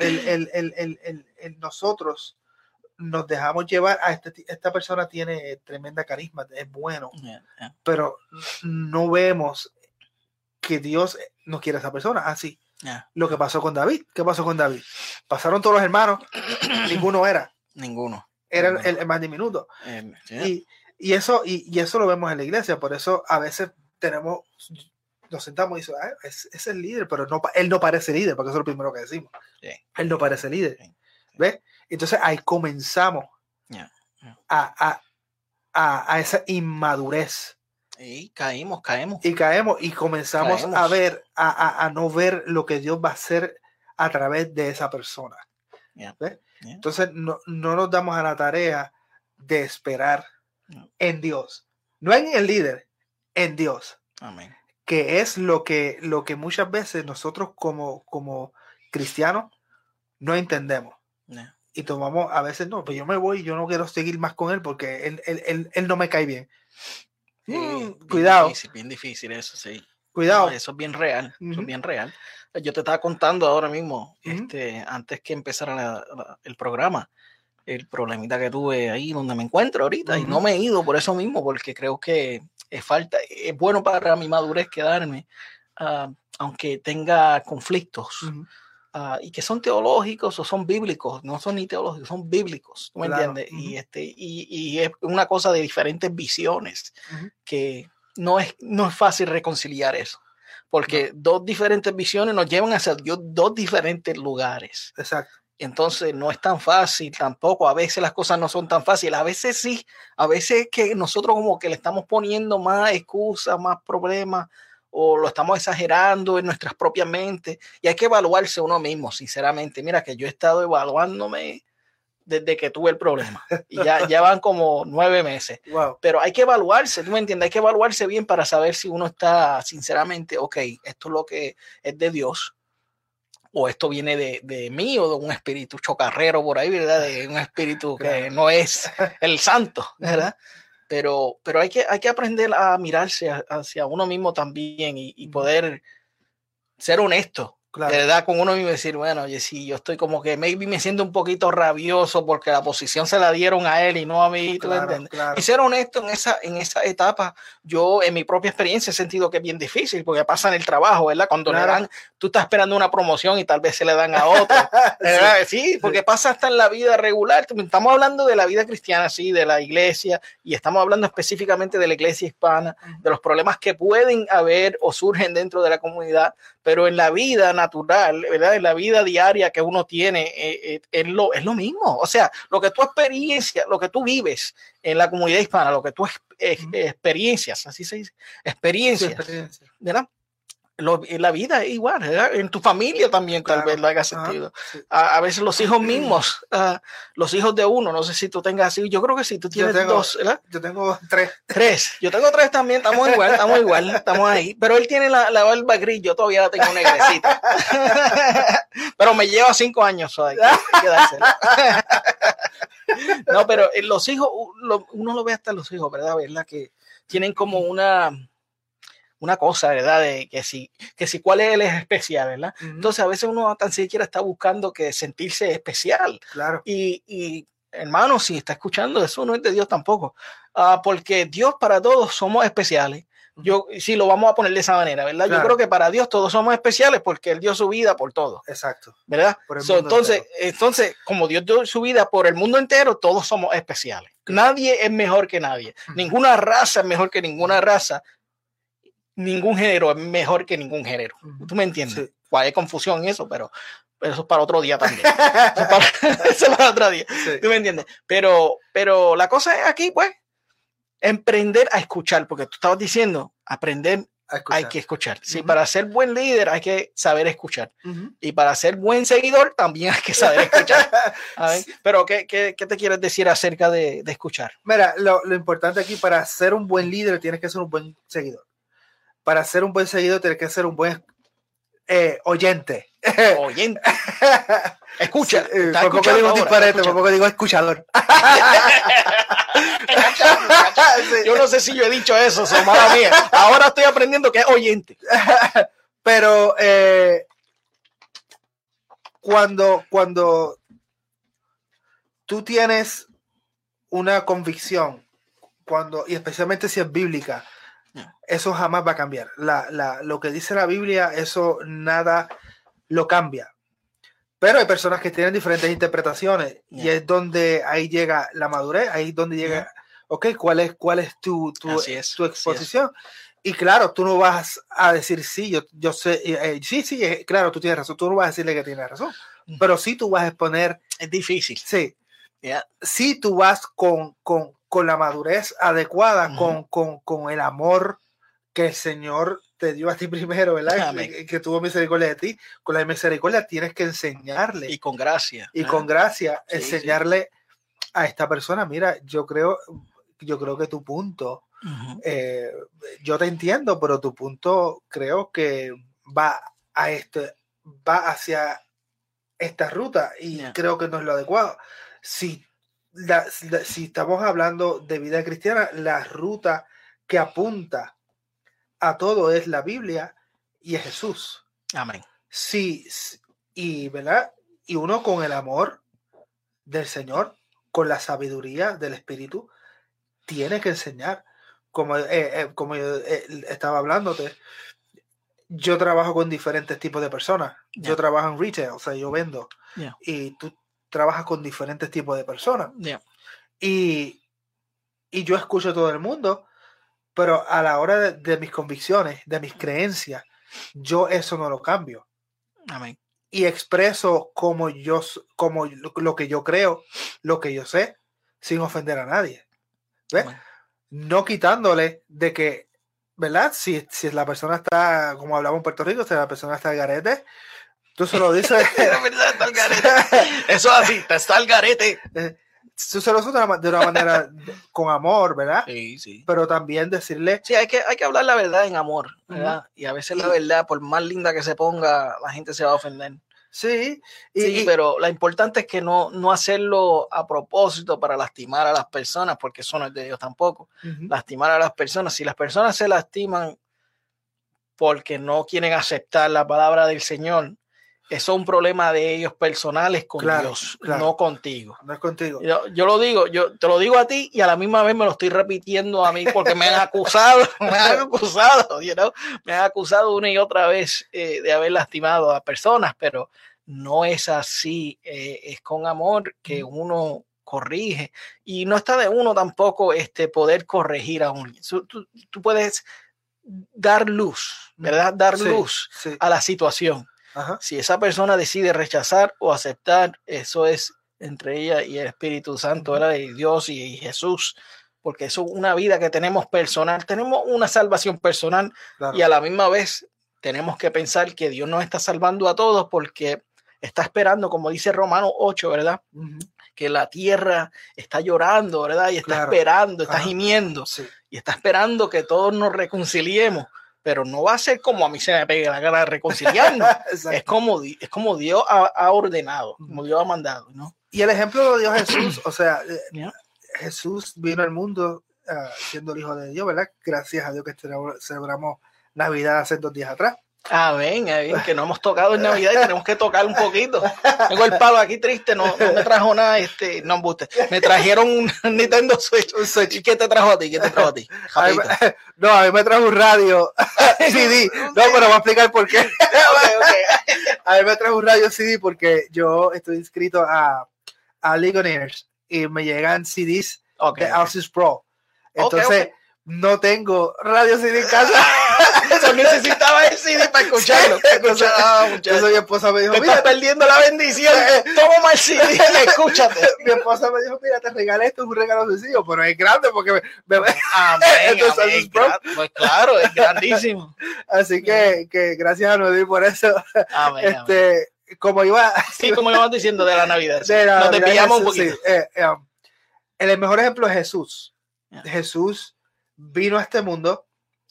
Nosotros nos dejamos llevar a esta persona tiene tremenda carisma, es bueno. Yeah. Pero no vemos que Dios no quiere a esa persona. Así. Yeah. Lo que pasó con David. ¿Qué pasó con David? Pasaron todos los hermanos. Ninguno era. Era el más diminuto. Yeah. Y eso lo vemos en la iglesia. Por eso a veces nos sentamos y decimos, es el líder, pero él no parece líder, porque eso es lo primero que decimos. Yeah. Él no parece líder. Yeah. ¿Ves? Entonces ahí comenzamos a esa inmadurez. Y caemos. Y comenzamos a ver, a no ver lo que Dios va a hacer a través de esa persona. Yeah. ¿Ves? Yeah. Entonces no nos damos a la tarea de esperar en Dios, no en el líder, en Dios. Amén. Que es lo que muchas veces nosotros como cristianos no entendemos. Yeah. y tomamos, a veces no, pues yo me voy, yo no quiero seguir más con él porque él no me cae bien. Cuidado. Bien difícil eso, sí. Cuidado. No, eso es bien real, eso es bien real. Yo te estaba contando ahora mismo, antes que empezara el programa, el problemita que tuve ahí donde me encuentro ahorita, y no me he ido por eso mismo, porque creo que es bueno para mi madurez quedarme, aunque tenga conflictos, y que son teológicos o son bíblicos, no son ni teológicos, son bíblicos, ¿tú me entiendes? Y es una cosa de diferentes visiones, que no es fácil reconciliar eso, porque dos diferentes visiones nos llevan hacia dos diferentes lugares. Exacto. Entonces no es tan fácil tampoco, a veces las cosas no son tan fáciles, a veces sí, a veces que nosotros como que le estamos poniendo más excusas, más problemas, o lo estamos exagerando en nuestras propias mentes, y hay que evaluarse uno mismo, sinceramente. Mira que yo he estado evaluándome desde que tuve el problema, y ya van como 9 meses. Wow. Pero hay que evaluarse, ¿tú me entiendes? Hay que evaluarse bien para saber si uno está sinceramente, ok, esto es lo que es de Dios, o esto viene de mí, o de un espíritu chocarrero por ahí, ¿verdad? De un espíritu que no es el santo, ¿verdad? Pero hay que aprender a mirarse hacia uno mismo también, y poder ser honesto, claro, ¿verdad? Con uno mismo, decir, bueno, oye, sí, yo estoy como que maybe me siento un poquito rabioso porque la posición se la dieron a él y no a mí, ¿tú entiendes? Claro. Y ser honesto en esa etapa, yo en mi propia experiencia he sentido que es bien difícil, porque pasa en el trabajo, ¿verdad? Cuando le dan, tú estás esperando una promoción y tal vez se le dan a otro, ¿verdad? Sí, porque pasa hasta en la vida regular. Estamos hablando de la vida cristiana, sí, de la iglesia, y estamos hablando específicamente de la iglesia hispana, de los problemas que pueden haber o surgen dentro de la comunidad, pero en la vida natural, ¿verdad? En la vida diaria que uno tiene, es lo mismo. O sea, lo que tú experiencias, lo que tú vives en la comunidad hispana, lo que tú experiencias, así se dice, experiencias, ¿verdad? En la vida es igual, ¿verdad? En tu familia también, tal vez lo haga sentido. A veces los hijos mismos, los hijos de uno, no sé si tú tengas así, yo creo que sí, tú tienes 2, ¿verdad? Yo tengo 3. Yo tengo 3 también, estamos igual, estamos ahí. Pero él tiene la barba gris, yo todavía la tengo negrecita. Pero me lleva 5 años, hay que dársela. No, pero los hijos, uno lo ve hasta los hijos, ¿verdad? Que tienen como una cosa, ¿verdad? De que si cuál es el especial, ¿verdad? Entonces a veces uno tan siquiera está buscando que sentirse especial. Claro. Y hermano, si está escuchando, eso no es de Dios tampoco. Porque Dios para todos somos especiales. Sí, lo vamos a poner de esa manera, ¿verdad? Claro. Yo creo que para Dios todos somos especiales porque Él dio su vida por todo. Exacto. ¿Verdad? Entonces, como Dios dio su vida por el mundo entero, todos somos especiales. Nadie es mejor que nadie. Ninguna raza es mejor que ninguna raza. Ningún género es mejor que ningún género. ¿Tú me entiendes? Sí. Hay confusión en eso, pero eso es para otro día también. Eso es para otro día. Sí. ¿Tú me entiendes? Pero la cosa es aquí, pues, emprender a escuchar, porque tú estabas diciendo, aprender, hay que escuchar. Sí, para ser buen líder hay que saber escuchar. Y para ser buen seguidor también hay que saber escuchar. Pero ¿qué te quieres decir acerca de escuchar? Mira, lo importante aquí, para ser un buen líder tienes que ser un buen seguidor. Para ser un buen seguidor tienes que ser un buen oyente. Oyente. Escucha. Sí, por poco digo disparate, por poco digo escuchador. Yo no sé si yo he dicho eso, mala mía. Ahora estoy aprendiendo que es oyente. Pero cuando tú tienes una convicción, y especialmente si es bíblica, eso jamás va a cambiar. Lo que dice la Biblia, eso nada lo cambia. Pero hay personas que tienen diferentes interpretaciones y es donde ahí llega la madurez, ahí es donde llega, ok, ¿cuál es tu exposición? Y claro, tú no vas a decir, sí, yo sé, sí, claro, tú tienes razón, tú no vas a decirle que tienes razón, pero sí tú vas a exponer. Es difícil. Sí. Sí tú vas con la madurez adecuada, con el amor que el Señor te dio a ti primero, ¿verdad? Que tuvo misericordia de ti. Con la misericordia tienes que enseñarle. Y con gracia. Y con gracia, enseñarle a esta persona, mira, yo creo que tu punto, yo te entiendo, pero tu punto creo que va hacia esta ruta y creo que no es lo adecuado. Si estamos hablando de vida cristiana, la ruta que apunta a todo es la Biblia y es Jesús. Amén. Sí, y ¿verdad? Y uno con el amor del Señor, con la sabiduría del Espíritu, tiene que enseñar. Como yo estaba hablándote, yo trabajo con diferentes tipos de personas. Yo trabajo en retail, o sea, yo vendo. Y tú trabajas con diferentes tipos de personas. Y yo escucho a todo el mundo, pero a la hora de mis convicciones, de mis creencias, yo eso no lo cambio. Amén. Y expreso como lo que yo creo, lo que yo sé, sin ofender a nadie. ¿Ves? No quitándole de que, ¿verdad? Si la persona está, como hablamos en Puerto Rico, si la persona está al garete, tú se lo dices. La verdad está al garete. Eso es así, está al garete. Tú se lo dices de una manera con amor, ¿verdad? Sí. Pero también decirle. Sí, hay que hablar la verdad en amor, ¿verdad? Y a veces la verdad, por más linda que se ponga, la gente se va a ofender. Sí, pero lo importante es que no hacerlo a propósito para lastimar a las personas, porque eso no es de Dios tampoco. Lastimar a las personas. Si las personas se lastiman porque no quieren aceptar la palabra del Señor, eso es un problema de ellos personales con Dios, no contigo. No es contigo. Yo lo digo, yo te lo digo a ti y a la misma vez me lo estoy repitiendo a mí porque me han acusado, me han acusado una y otra vez de haber lastimado a personas, pero no es así, es con amor que uno corrige y no está de uno tampoco poder corregir a un. Tú puedes dar luz, ¿verdad? Dar luz a la situación. Ajá. Si esa persona decide rechazar o aceptar, eso es entre ella y el Espíritu Santo, ¿verdad? Y Dios y Jesús, porque eso es una vida que tenemos personal, tenemos una salvación personal y a la misma vez tenemos que pensar que Dios nos está salvando a todos porque está esperando, como dice Romanos 8, ¿verdad? Que la tierra está llorando, ¿verdad? Y está esperando, está gimiendo y está esperando que todos nos reconciliemos. Pero no va a ser como a mí se me pegue la gana de reconciliarnos. es como Dios ha ordenado, como Dios ha mandado, ¿no? Y el ejemplo lo dio Jesús, o sea, Jesús vino al mundo siendo el Hijo de Dios, ¿verdad? Gracias a Dios que celebramos Navidad hace 2 días atrás. Amén, que no hemos tocado en Navidad y tenemos que tocar un poquito. Tengo el palo aquí triste, no me trajo nada, no embuste. Me trajeron un Nintendo Switch. ¿Y qué te trajo a ti? A mí me trajo un radio CD. No, pero voy a explicar por qué. Okay. A mí me trajo un radio CD porque yo estoy inscrito a Legionnaires y me llegan CDs de Asus Pro. Entonces, no tengo radio CD en casa. Eso necesitaba el CD para escucharlo. Entonces mi esposa me dijo, mira, estás perdiendo la bendición. Toma el CD y escúchate. Mi esposa me dijo, mira, te regalé esto, es un regalo sencillo, pero es grande porque amén. Pues claro, es grandísimo. Así que gracias a Noel por eso. Amén, como iba diciendo de la Navidad. Nos desviamos un poquito. El mejor ejemplo es Jesús. Jesús vino a este mundo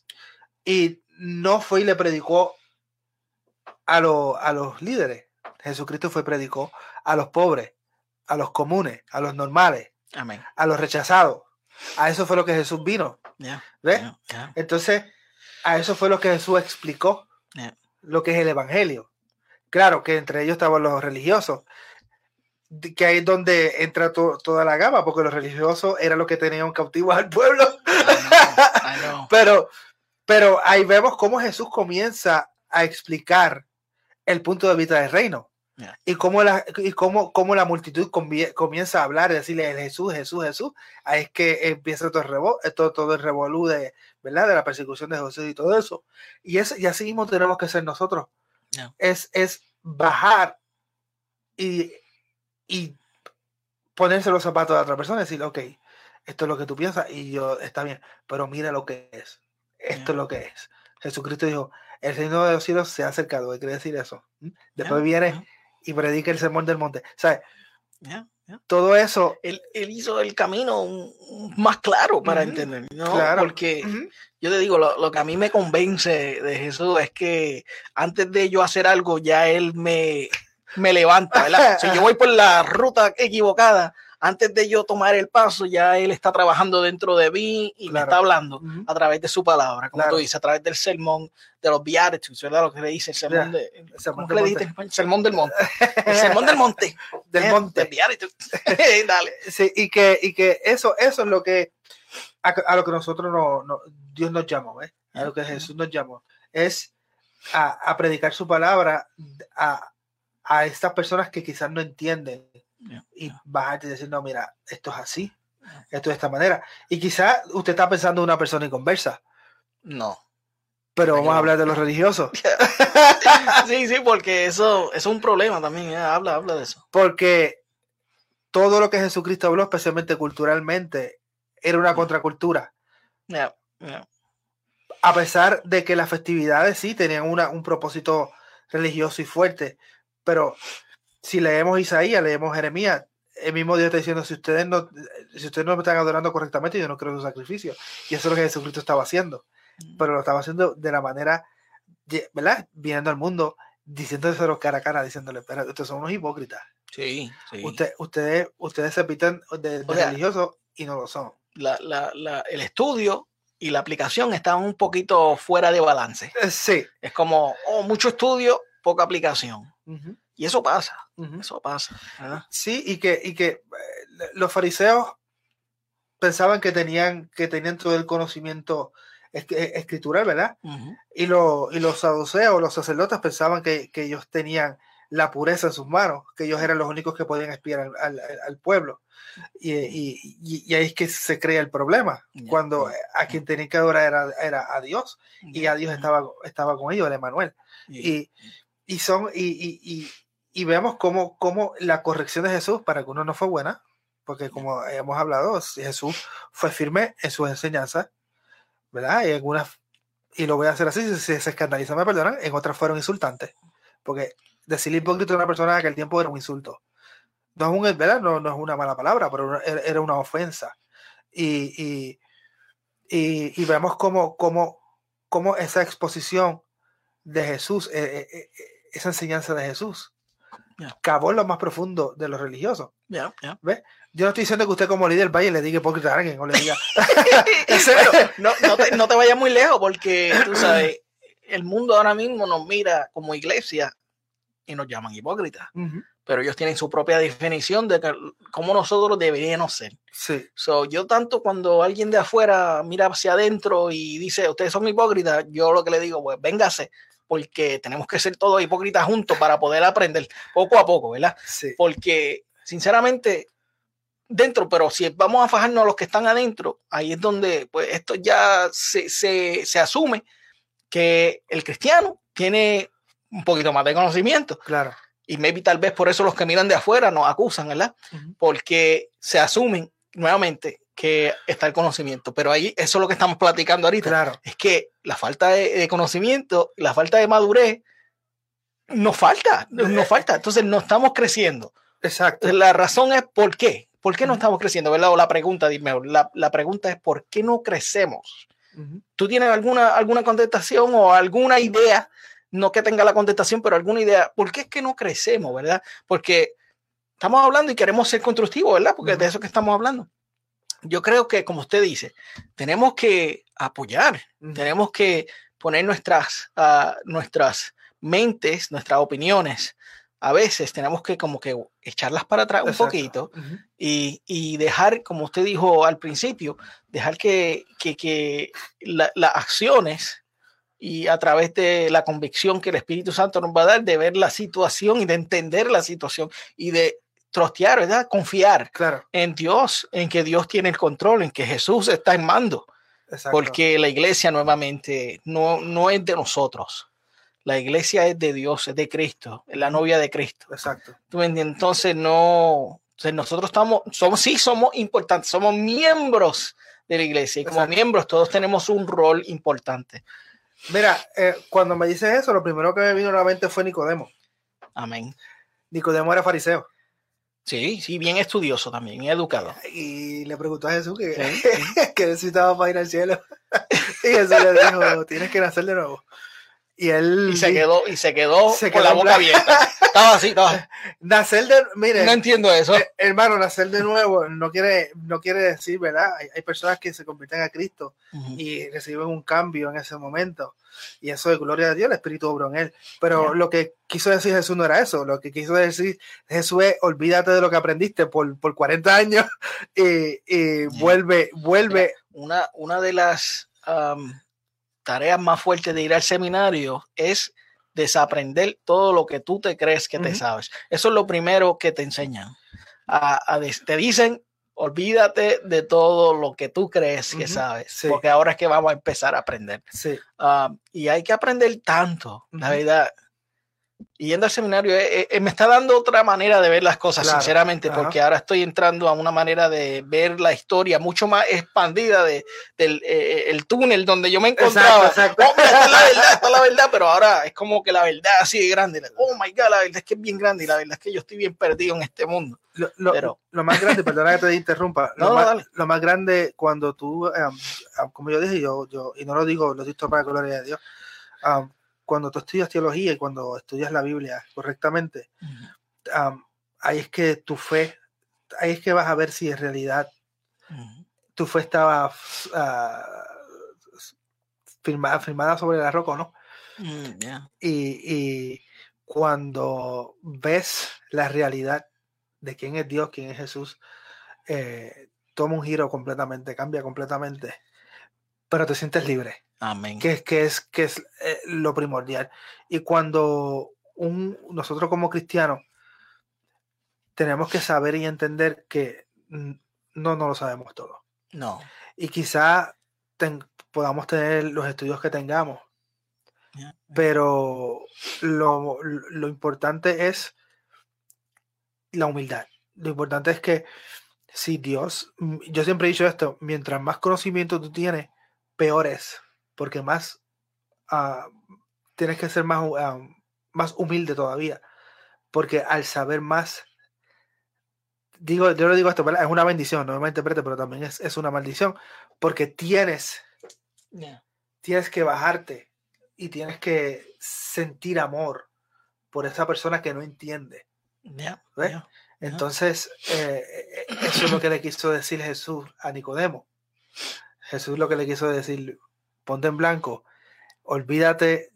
y no fue y le predicó a los líderes. Jesucristo fue y predicó a los pobres, a los comunes, a los normales, amén, a los rechazados. A eso fue lo que Jesús vino. ¿Ves? Entonces, a eso fue lo que Jesús explicó, lo que es el evangelio. Claro que entre ellos estaban los religiosos, que ahí es donde entra toda la gama, porque los religiosos eran los que tenían cautivos al pueblo. I know. Pero ahí vemos cómo Jesús comienza a explicar el punto de vista del reino. Y cómo la multitud comienza a hablar y decirle Jesús. Ahí es que empieza todo el revolú de, ¿verdad? De la persecución de Jesús y todo eso. Y así mismo tenemos que ser nosotros. Es bajar y ponerse los zapatos de otra persona y decir, ok, esto es lo que tú piensas y está bien, pero mira lo que es. Esto es lo que es. Jesucristo dijo, el reino de los cielos se ha acercado. ¿Qué quiere decir eso? Después viene y predica el sermón del monte. ¿Sabes? Todo eso. Él hizo el camino más claro para entender, ¿no? Claro. Porque yo te digo, lo que a mí me convence de Jesús es que antes de yo hacer algo, ya Él me me levanta, ¿verdad? Si yo voy por la ruta equivocada, antes de yo tomar el paso, ya él está trabajando dentro de mí y me está hablando a través de su palabra, como tú dices, a través del sermón, de los Beatitudes, ¿verdad? Lo que le dice el sermón ¿cómo le dijiste en español? Sermón del monte. El sermón del monte. Del monte. Beatitudes. Dale. Sí, y que eso es lo que a lo que nosotros Dios nos llamó, ¿ves? A lo que Jesús nos llamó. Es a predicar su palabra a estas personas que quizás no entienden. Y bajarte y decir, no, mira, esto es así, esto de esta manera. Y quizás usted está pensando en una persona inconversa. No. Pero vamos a hablar de los religiosos. Sí, porque eso es un problema también. Habla de eso. Porque todo lo que Jesucristo habló, especialmente culturalmente, era una contracultura. A pesar de que las festividades sí tenían un propósito religioso y fuerte, pero si leemos Isaías, leemos Jeremías, el mismo Dios está diciendo, si ustedes no me están adorando correctamente, yo no quiero su sacrificio. Y eso es lo que Jesucristo estaba haciendo. Pero lo estaba haciendo de la manera, ¿verdad? Viniendo al mundo, diciéndoselo cara a cara, diciéndole, pero ustedes son unos hipócritas. Sí. Ustedes se pitan de religiosos y no lo son. El estudio y la aplicación están un poquito fuera de balance. Sí. Es como, mucho estudio, poca aplicación. Y eso pasa. Eso pasa. ¿Verdad? Sí, y que los fariseos pensaban que tenían todo el conocimiento escritural, ¿verdad? Y los saduceos, los sacerdotes pensaban que ellos tenían la pureza en sus manos, que ellos eran los únicos que podían espiar al pueblo. Y ahí es que se crea el problema, cuando a quien tenían que adorar era a Dios, y a Dios estaba con ellos, el Emmanuel. Y vemos cómo la corrección de Jesús para algunos no fue buena, porque como hemos hablado, Jesús fue firme en sus enseñanzas, ¿verdad? Y lo voy a hacer así, si se escandalizan me perdonan, en otras fueron insultantes, porque decirle hipócrita a una persona en aquel tiempo era un insulto. No es ¿verdad? No es una mala palabra, pero era una ofensa. Y vemos cómo esa exposición de Jesús, esa enseñanza de Jesús, cavó en lo más profundo de los religiosos. ¿Ves? Yo no estoy diciendo que usted como líder vaya y le diga hipócrita a alguien o le diga no te vayas muy lejos, porque tú sabes, el mundo ahora mismo nos mira como iglesia y nos llaman hipócritas. Pero ellos tienen su propia definición de cómo nosotros deberíamos ser. Sí. Yo tanto cuando alguien de afuera mira hacia adentro y dice, ustedes son hipócritas, yo lo que le digo, pues véngase, porque tenemos que ser todos hipócritas juntos para poder aprender poco a poco, ¿verdad? Sí. Porque, sinceramente, dentro, pero si vamos a fajarnos a los que están adentro, ahí es donde pues esto ya se asume que el cristiano tiene un poquito más de conocimiento. Claro. Y maybe tal vez por eso los que miran de afuera nos acusan, ¿verdad? Porque se asumen nuevamente que está el conocimiento. Pero ahí eso es lo que estamos platicando ahorita. Claro. Es que la falta de conocimiento, la falta de madurez, nos falta. Entonces no estamos creciendo. Exacto. La razón es ¿por qué? ¿Por qué no estamos creciendo? ¿Verdad? O la pregunta, dime, la pregunta es ¿por qué no crecemos? ¿Tú tienes alguna contestación o alguna idea? No que tenga la contestación, pero alguna idea. ¿Por qué es que no crecemos, verdad? Porque estamos hablando y queremos ser constructivos, ¿verdad? Porque de eso que estamos hablando. Yo creo que, como usted dice, tenemos que apoyar, tenemos que poner nuestras mentes, nuestras opiniones. A veces tenemos que como que echarlas para atrás un poquito y dejar, como usted dijo al principio, dejar que las acciones y a través de la convicción que el Espíritu Santo nos va a dar de ver la situación y de entender la situación y de trostear, ¿verdad? Confiar en Dios, en que Dios tiene el control, en que Jesús está en mando. Exacto. Porque la iglesia nuevamente no es de nosotros. La iglesia es de Dios, es de Cristo, es la novia de Cristo. Exacto. ¿Tú me entiendes? Entonces nosotros somos importantes, somos miembros de la iglesia y como miembros todos tenemos un rol importante. Mira, cuando me dices eso, lo primero que me vino a la mente fue Nicodemo. Amén. Nicodemo era fariseo. Sí, bien estudioso también, bien educado. Y le preguntó a Jesús que necesitaba para ir al cielo. Y Jesús le dijo, tienes que nacer de nuevo. él y se quedó se con quedó la boca abierta. Estaba así, nacer de, mire, no entiendo eso. Hermano, nacer de nuevo no quiere decir, ¿verdad? Hay personas que se convierten a Cristo y reciben un cambio en ese momento. Y eso de gloria a Dios, el Espíritu obró en él. Pero lo que quiso decir Jesús no era eso. Lo que quiso decir Jesús es, olvídate de lo que aprendiste por 40 años y vuelve. Mira, una de las tareas más fuertes de ir al seminario es desaprender todo lo que tú te crees que te sabes. Eso es lo primero que te enseñan. Te dicen, olvídate de todo lo que tú crees que sabes, porque ahora es que vamos a empezar a aprender. Sí. Y hay que aprender tanto, la verdad. Y yendo al seminario me está dando otra manera de ver las cosas, claro, sinceramente, porque ahora estoy entrando a una manera de ver la historia mucho más expandida del el túnel donde yo me encontraba. Exacto. Oh, mira, esta es la verdad, pero ahora es como que la verdad así de grande. Oh my God, la verdad es que es bien grande y la verdad es que yo estoy bien perdido en este mundo. Lo más grande, perdona que te interrumpa, lo más grande cuando tú, como yo dije, yo y no lo digo para la gloria de Dios, cuando tú estudias teología y cuando estudias la Biblia correctamente, ahí es que tu fe, ahí es que vas a ver si en realidad tu fe estaba firmada sobre la roca o no. Y cuando ves la realidad de quién es Dios, quién es Jesús, toma un giro completamente, cambia completamente, pero te sientes libre. Amén. Que es lo primordial. Y cuando nosotros como cristianos tenemos que saber y entender que no lo sabemos todo. No. Y quizá podamos tener los estudios que tengamos. Pero lo importante es la humildad. Lo importante es que si Dios, yo siempre he dicho esto, mientras más conocimiento tú tienes, peor es. Porque más tienes que ser más humilde todavía, porque al saber más, yo le digo esto, ¿verdad? Es una bendición, no me malinterprete, pero también es una maldición, porque tienes que bajarte y tienes que sentir amor por esa persona que no entiende. Entonces eso es lo que le quiso decir Jesús a Nicodemo. Jesús lo que le quiso decir: ponte en blanco, olvídate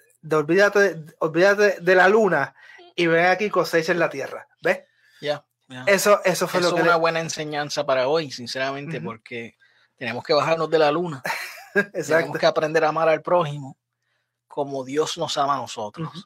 de la luna y ven aquí, cosecha en la tierra. ¿Ves? Eso fue lo que una buena enseñanza para hoy, sinceramente, porque tenemos que bajarnos de la luna. Tenemos que aprender a amar al prójimo como Dios nos ama a nosotros.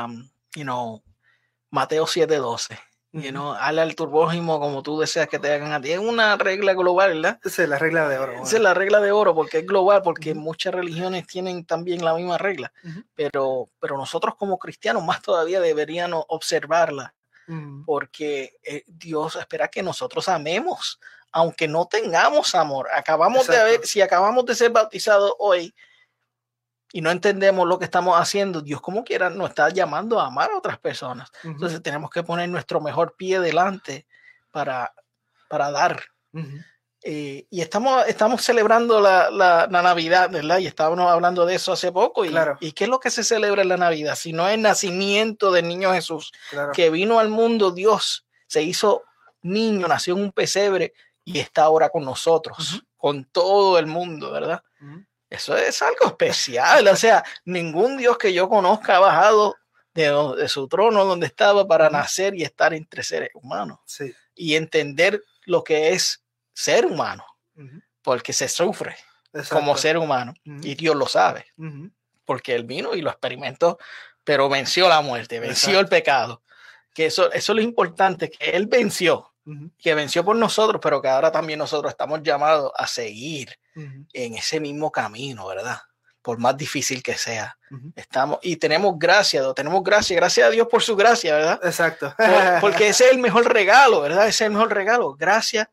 Mateo 7:12. Hazle al tu prójimo como tú deseas que te hagan a ti. Es una regla global, ¿verdad? Esa es la regla de oro. Esa es la regla de oro porque es global, porque muchas religiones tienen también la misma regla. Pero nosotros como cristianos más todavía deberíamos observarla, porque Dios espera que nosotros amemos, aunque no tengamos amor. Si acabamos de ser bautizados hoy y no entendemos lo que estamos haciendo, Dios como quiera nos está llamando a amar a otras personas. Entonces tenemos que poner nuestro mejor pie delante para dar. Y estamos celebrando la Navidad, ¿verdad? Y estábamos hablando de eso hace poco. ¿Y qué es lo que se celebra en la Navidad? Si no es el nacimiento del niño Jesús, que vino al mundo, Dios se hizo niño, nació en un pesebre y está ahora con nosotros, con todo el mundo, ¿verdad? Eso es algo especial. O sea, ningún Dios que yo conozca ha bajado de su trono donde estaba para nacer y estar entre seres humanos. Y entender lo que es ser humano, porque se sufre como ser humano y Dios lo sabe, porque Él vino y lo experimentó, pero venció la muerte, venció el pecado. Que eso es lo importante, que Él venció, que venció por nosotros, pero que ahora también nosotros estamos llamados a seguir en ese mismo camino, ¿verdad? Por más difícil que sea. Y tenemos gracias a Dios por su gracia, ¿verdad? Exacto. Porque ese es el mejor regalo, ¿verdad? Ese es el mejor regalo. Gracias,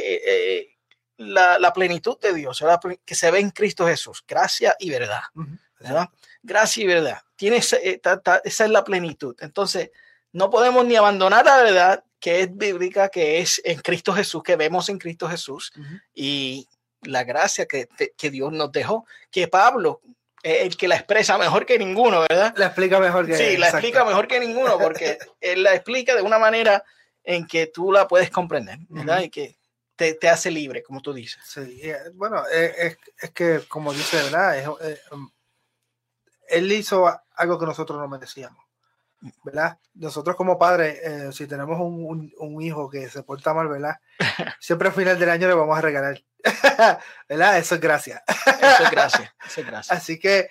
la plenitud de Dios, ¿verdad? Que se ve en Cristo Jesús. Gracia y verdad, ¿verdad? Gracia y verdad. Esa es la plenitud. Entonces, no podemos ni abandonar la verdad que es bíblica, que es en Cristo Jesús, que vemos en Cristo Jesús, y la gracia que Dios nos dejó, que Pablo, el que la expresa mejor que ninguno, ¿verdad? La explica mejor que sí, la explica mejor que ninguno, porque él la explica de una manera en que tú la puedes comprender, ¿verdad? Y que te hace libre, como tú dices. Sí, bueno, es que, como dice, ¿verdad? Él hizo algo que nosotros no merecíamos, ¿verdad? Nosotros como padres, si tenemos un hijo que se porta mal, ¿verdad? Siempre al final del año le vamos a regalar, ¿verdad? Eso es gracia. Eso es gracia, eso es gracia. Así que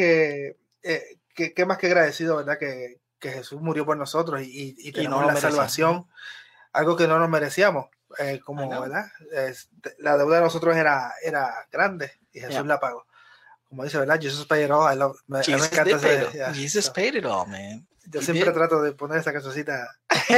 más que agradecido, ¿verdad? Que Jesús murió por nosotros y tenemos no la salvación, algo que no nos merecíamos. ¿Verdad? La deuda de nosotros era grande y Jesús la pagó. Como dice, ¿verdad? Jesus paid it all. Me encanta Jesus paid it all, man. Yo siempre trato de poner esa cancioncita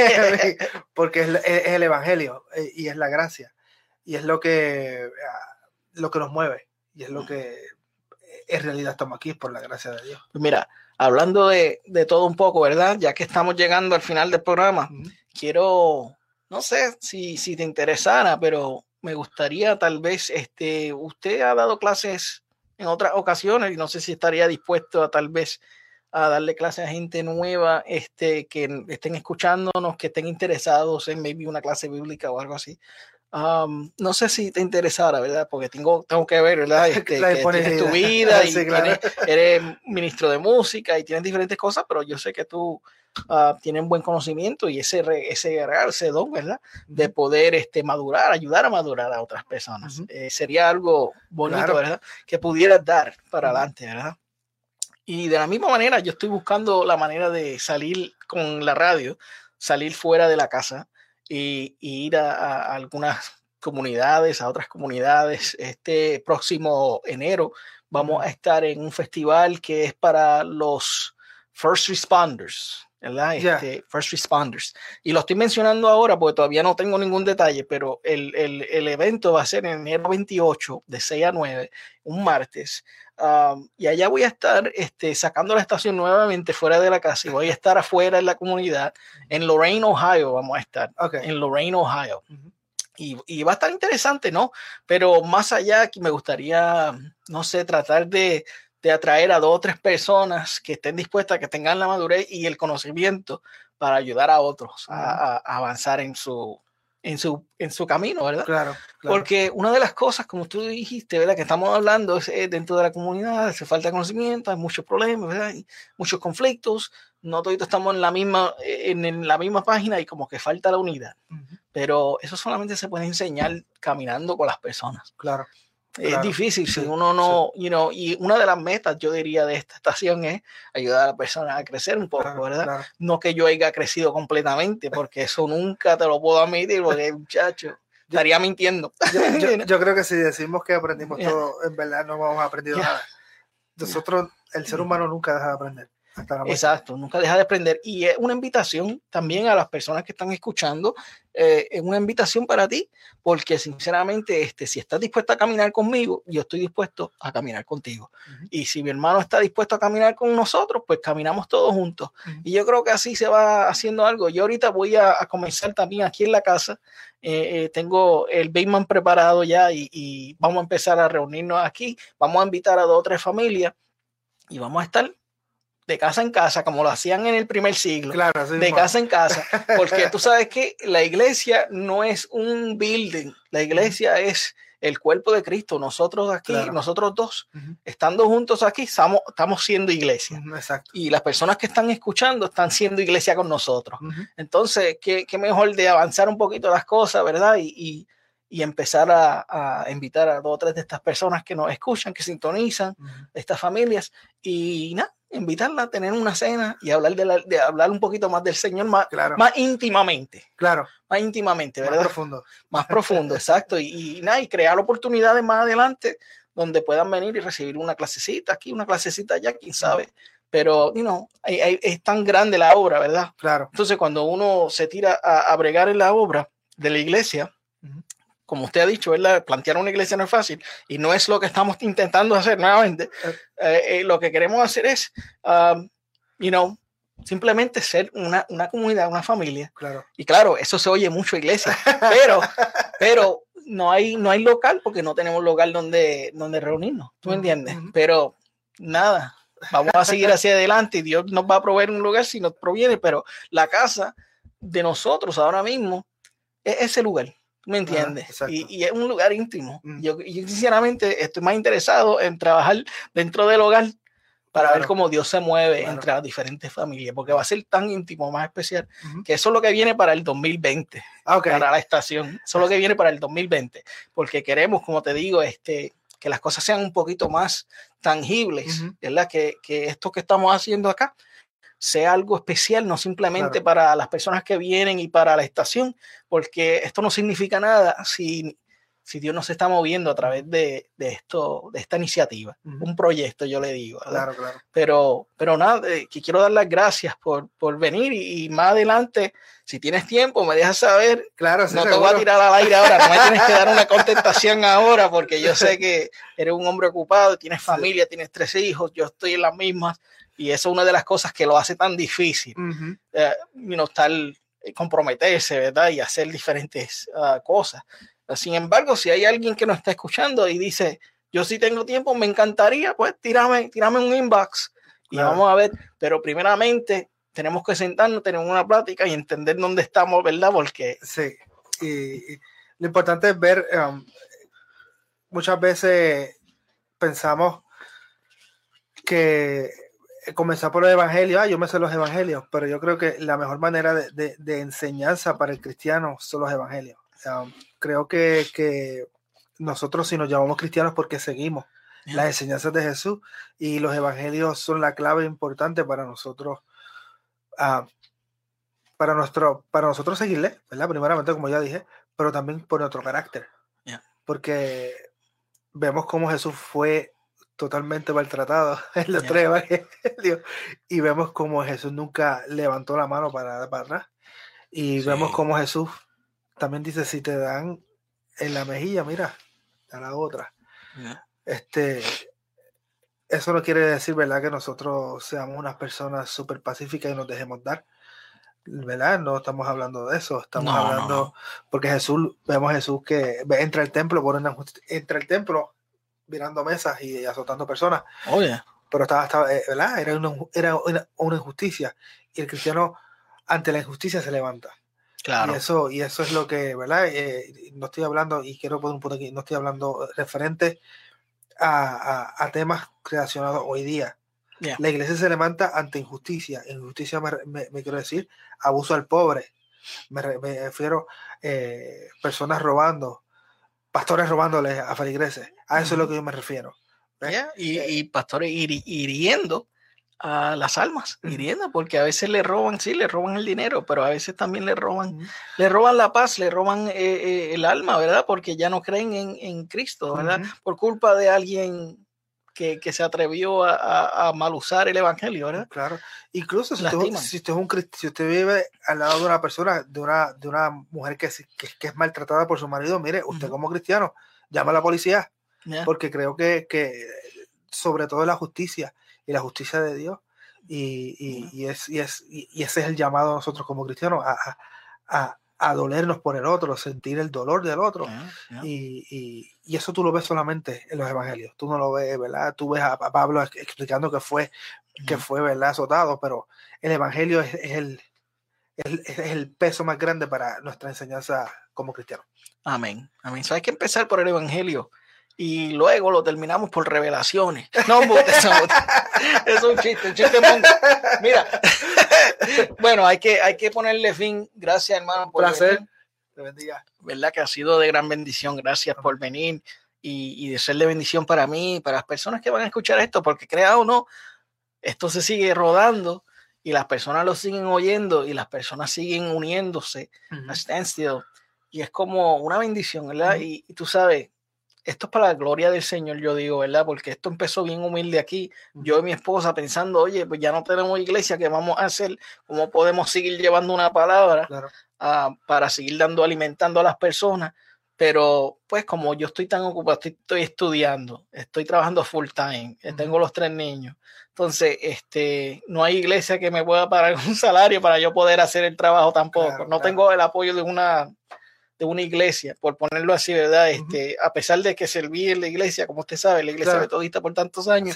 porque es el evangelio y es la gracia y es lo que nos mueve y es lo que en realidad estamos aquí por la gracia de Dios. Mira, hablando de todo un poco, ¿verdad? Ya que estamos llegando al final del programa, quiero, no sé si te interesara, pero me gustaría tal vez, usted ha dado clases en otras ocasiones y no sé si estaría dispuesto a tal vez a darle clases a gente nueva que estén escuchándonos, que estén interesados en maybe una clase bíblica o algo así. No sé si te interesara, ¿verdad? Porque tengo que ver, ¿verdad? Que tienes tu vida y sí, claro. Eres ministro de música y tienes diferentes cosas, pero yo sé que tú tienes buen conocimiento y ese don, ¿verdad? De poder madurar, ayudar a madurar a otras personas. Sería algo bonito, claro, ¿verdad? Que pudieras dar para adelante, ¿verdad? Y de la misma manera, yo estoy buscando la manera de salir con la radio, salir fuera de la casa y ir a algunas comunidades, a otras comunidades. Este próximo enero vamos a estar en un festival que es para los first responders, ¿verdad? First responders. Y lo estoy mencionando ahora porque todavía no tengo ningún detalle, pero el evento va a ser en enero 28, de 6 a 9, un martes. Y allá voy a estar sacando la estación nuevamente fuera de la casa y voy a estar afuera en la comunidad, en Lorain, Ohio vamos a estar, en Lorain, Ohio. Y va a estar interesante, ¿no? Pero más allá, me gustaría, no sé, tratar de atraer a 2 o 3 personas que estén dispuestas, que tengan la madurez y el conocimiento para ayudar a otros a avanzar en su camino, ¿verdad? Claro. Porque una de las cosas, como tú dijiste, ¿verdad? Que estamos hablando es dentro de la comunidad, hace falta conocimiento, hay muchos problemas, ¿verdad? Hay muchos conflictos, no todos estamos en la misma página y como que falta la unidad. Pero eso solamente se puede enseñar caminando con las personas. Claro. Es difícil si uno no, y una de las metas, yo diría, de esta estación es ayudar a la persona a crecer un poco, ¿verdad? Claro. No que yo haya crecido completamente, porque eso nunca te lo puedo admitir, porque muchacho, estaría mintiendo. Yo creo que si decimos que aprendimos todo, en verdad no hemos aprendido nada. Nosotros, el ser humano nunca deja de aprender. Exacto, nunca deja de aprender. Y es una invitación también a las personas que están escuchando, es una invitación para ti, porque sinceramente, si estás dispuesto a caminar conmigo, yo estoy dispuesto a caminar contigo. Y si mi hermano está dispuesto a caminar con nosotros, pues caminamos todos juntos. Y yo creo que así se va haciendo algo. Yo ahorita voy a comenzar también aquí en la casa. Tengo el basement preparado ya y vamos a empezar a reunirnos aquí. Vamos a invitar a 2 o 3 familias y vamos a estar de casa en casa, como lo hacían en el primer siglo, claro, sí, de casa en casa, porque tú sabes que la iglesia no es un building, la iglesia es el cuerpo de Cristo. Nosotros aquí, nosotros 2, estando juntos aquí, estamos siendo iglesia. Exacto. Y las personas que están escuchando están siendo iglesia con nosotros. Entonces, qué mejor de avanzar un poquito las cosas, ¿verdad? Y empezar a invitar a 2 o 3 de estas personas que nos escuchan, que sintonizan, estas familias, y nada, invitarla a tener una cena y hablar de hablar un poquito más del Señor más íntimamente. Claro. Más íntimamente, ¿verdad? Más profundo. Más profundo, exacto. Y crear oportunidades más adelante donde puedan venir y recibir una clasecita aquí, una clasecita allá, quién sabe. Pero, es tan grande la obra, ¿verdad? Claro. Entonces, cuando uno se tira a bregar en la obra de la iglesia, como usted ha dicho, ¿verdad? Plantear una iglesia no es fácil y no es lo que estamos intentando hacer nuevamente. Lo que queremos hacer es, simplemente ser una comunidad, una familia. Claro. Y claro, eso se oye mucho iglesia, pero no hay local porque no tenemos local donde reunirnos. ¿Tú me entiendes? Pero nada, vamos a seguir hacia adelante y Dios nos va a proveer un lugar si nos proviene, pero la casa de nosotros ahora mismo es ese lugar. ¿Me entiendes? Y es un lugar íntimo. Yo sinceramente estoy más interesado en trabajar dentro del hogar para ver cómo Dios se mueve entre las diferentes familias, porque va a ser tan íntimo, más especial, que eso es lo que viene para el 2020, para la estación. Eso es lo que viene para el 2020, porque queremos, como te digo, que las cosas sean un poquito más tangibles, ¿verdad? Que esto que estamos haciendo acá sea algo especial, no simplemente para las personas que vienen y para la estación, porque esto no significa nada si Dios no se está moviendo a través de esta iniciativa, un proyecto, yo le digo. Claro. Pero nada, que quiero dar las gracias por venir y más adelante, si tienes tiempo, me dejas saber. Claro, sí, no te voy a tirar al aire ahora, no me tienes que dar una contestación ahora, porque yo sé que eres un hombre ocupado, tienes familia, tienes 3 hijos, yo estoy en las mismas. Y eso es una de las cosas que lo hace tan difícil, estar comprometerse, ¿verdad? Y hacer diferentes cosas. Sin embargo, si hay alguien que nos está escuchando y dice, yo sí tengo tiempo, me encantaría, pues tírame un inbox y vamos a ver. Pero primeramente tenemos que sentarnos, tener una plática y entender dónde estamos, ¿verdad? Porque... Sí, y lo importante es ver, muchas veces pensamos que comenzar por el evangelio, yo me sé los evangelios, pero yo creo que la mejor manera de enseñanza para el cristiano son los evangelios. Creo que nosotros si nos llamamos cristianos porque seguimos las enseñanzas de Jesús, y los evangelios son la clave importante para nosotros, para nosotros seguirle, ¿verdad? Primeramente, como ya dije, pero también por nuestro carácter, porque vemos cómo Jesús fue totalmente maltratado en los 3 evangelios, y vemos como Jesús nunca levantó la mano para atrás, y vemos como Jesús también dice, si te dan en la mejilla, mira, a la otra. Eso no quiere decir, ¿verdad?, que nosotros seamos unas personas súper pacíficas y nos dejemos dar, ¿verdad? No estamos hablando de eso, estamos hablando porque vemos a Jesús que entra al templo mirando mesas y azotando personas. Pero estaba ¿verdad? Era una injusticia, y el cristiano ante la injusticia se levanta. Claro. Y eso es lo que, ¿verdad? No estoy hablando, y quiero poner un punto aquí, no estoy hablando referente a temas relacionados hoy día. La iglesia se levanta ante injusticia. Injusticia me quiero decir abuso al pobre. Me refiero personas robando, pastores robándoles a feligreses. A eso es lo que yo me refiero. Y pastores hiriendo a las almas, hiriendo, porque a veces le roban el dinero, pero a veces también le roban la paz, le roban el alma, ¿verdad? Porque ya no creen en Cristo, ¿verdad? Por culpa de alguien que se atrevió a mal usar el evangelio, ¿verdad? Claro. Incluso si usted vive al lado de una persona, de una mujer que es maltratada por su marido, mire, usted como cristiano llama a la policía, porque creo que sobre todo la justicia y la justicia de Dios, y ese es el llamado a nosotros como cristianos, a dolernos por el otro, sentir el dolor del otro. Y eso tú lo ves solamente en los evangelios. Tú no lo ves, ¿verdad? Tú ves a Pablo explicando que fue, ¿verdad?, azotado, pero el evangelio es el peso más grande para nuestra enseñanza como cristianos. Amén. So hay que empezar por el evangelio y luego lo terminamos por revelaciones. No, es un chiste mongo. Mira, bueno, hay que ponerle fin. Gracias, hermano, por placer. Te bendiga. Verdad que ha sido de gran bendición. Gracias por venir y de ser de bendición para mí y para las personas que van a escuchar esto, porque crea o no, esto se sigue rodando y las personas lo siguen oyendo y las personas siguen uniéndose a Standstill, y es como una bendición, ¿verdad? Y tú sabes, esto es para la gloria del Señor, yo digo, ¿verdad? Porque esto empezó bien humilde aquí. Yo y mi esposa pensando, oye, pues ya no tenemos iglesia, ¿qué vamos a hacer? ¿Cómo podemos seguir llevando una palabra para seguir alimentando a las personas? Pero pues como yo estoy tan ocupado, estoy estudiando, estoy trabajando full time, tengo los 3 niños. Entonces, no hay iglesia que me pueda pagar un salario para yo poder hacer el trabajo tampoco. No tengo el apoyo de una iglesia, por ponerlo así, ¿verdad? A pesar de que serví en la iglesia, como usted sabe, la iglesia metodista por tantos años,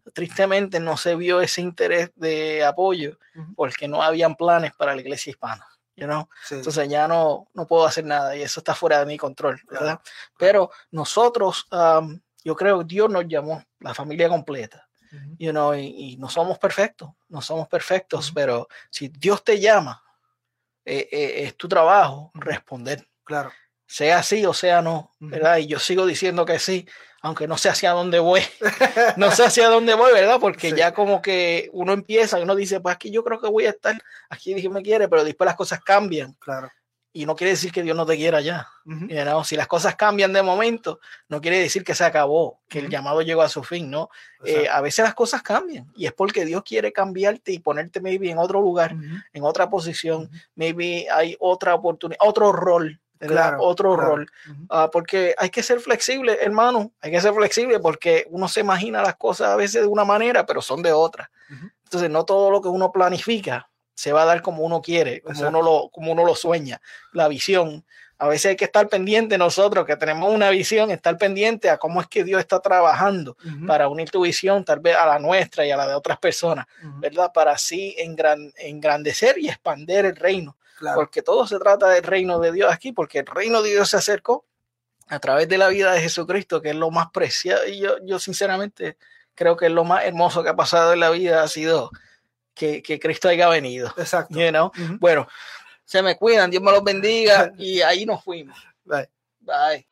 tristemente no se vio ese interés de apoyo porque no habían planes para la iglesia hispana. You know? Sí. Entonces ya no puedo hacer nada y eso está fuera de mi control, ¿verdad? Claro. Pero nosotros, yo creo que Dios nos llamó, la familia completa, you know, y no somos perfectos, pero si Dios te llama, es tu trabajo responder. Claro. Sea sí o sea no, ¿verdad? Y yo sigo diciendo que sí, aunque no sé hacia dónde voy. No sé hacia dónde voy, ¿verdad? Porque sí, ya como que uno empieza y uno dice, pues aquí yo creo que voy a estar, aquí Dios me quiere, pero después las cosas cambian. Claro. Y no quiere decir que Dios no te quiera ya. ¿No? Si las cosas cambian de momento, no quiere decir que se acabó, que el llamado llegó a su fin, ¿no? A veces las cosas cambian y es porque Dios quiere cambiarte y ponerte maybe en otro lugar, en otra posición, maybe hay otra oportunidad, otro rol. Claro, otro rol, porque hay que ser flexible, hermano, hay que ser flexible porque uno se imagina las cosas a veces de una manera, pero son de otra. Entonces no todo lo que uno planifica se va a dar como uno quiere, como uno lo sueña. La visión, a veces hay que estar pendiente nosotros que tenemos una visión, estar pendiente a cómo es que Dios está trabajando para unir tu visión tal vez a la nuestra y a la de otras personas, ¿verdad? Para así engrandecer y expandir el reino. Claro. Porque todo se trata del reino de Dios aquí, porque el reino de Dios se acercó a través de la vida de Jesucristo, que es lo más preciado. Y yo sinceramente creo que es lo más hermoso que ha pasado en la vida, ha sido que Cristo haya venido. Exacto. You know? Bueno, se me cuidan, Dios me los bendiga y ahí nos fuimos. Bye. Bye.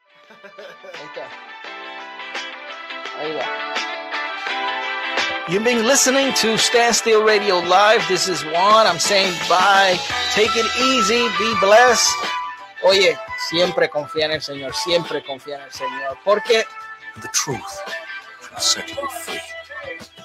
Ahí va. You've been listening to Standstill Radio Live. This is Juan. I'm saying bye. Take it easy. Be blessed. Oye, siempre confía en el Señor. Siempre confía en el Señor. Porque the truth shall set you free.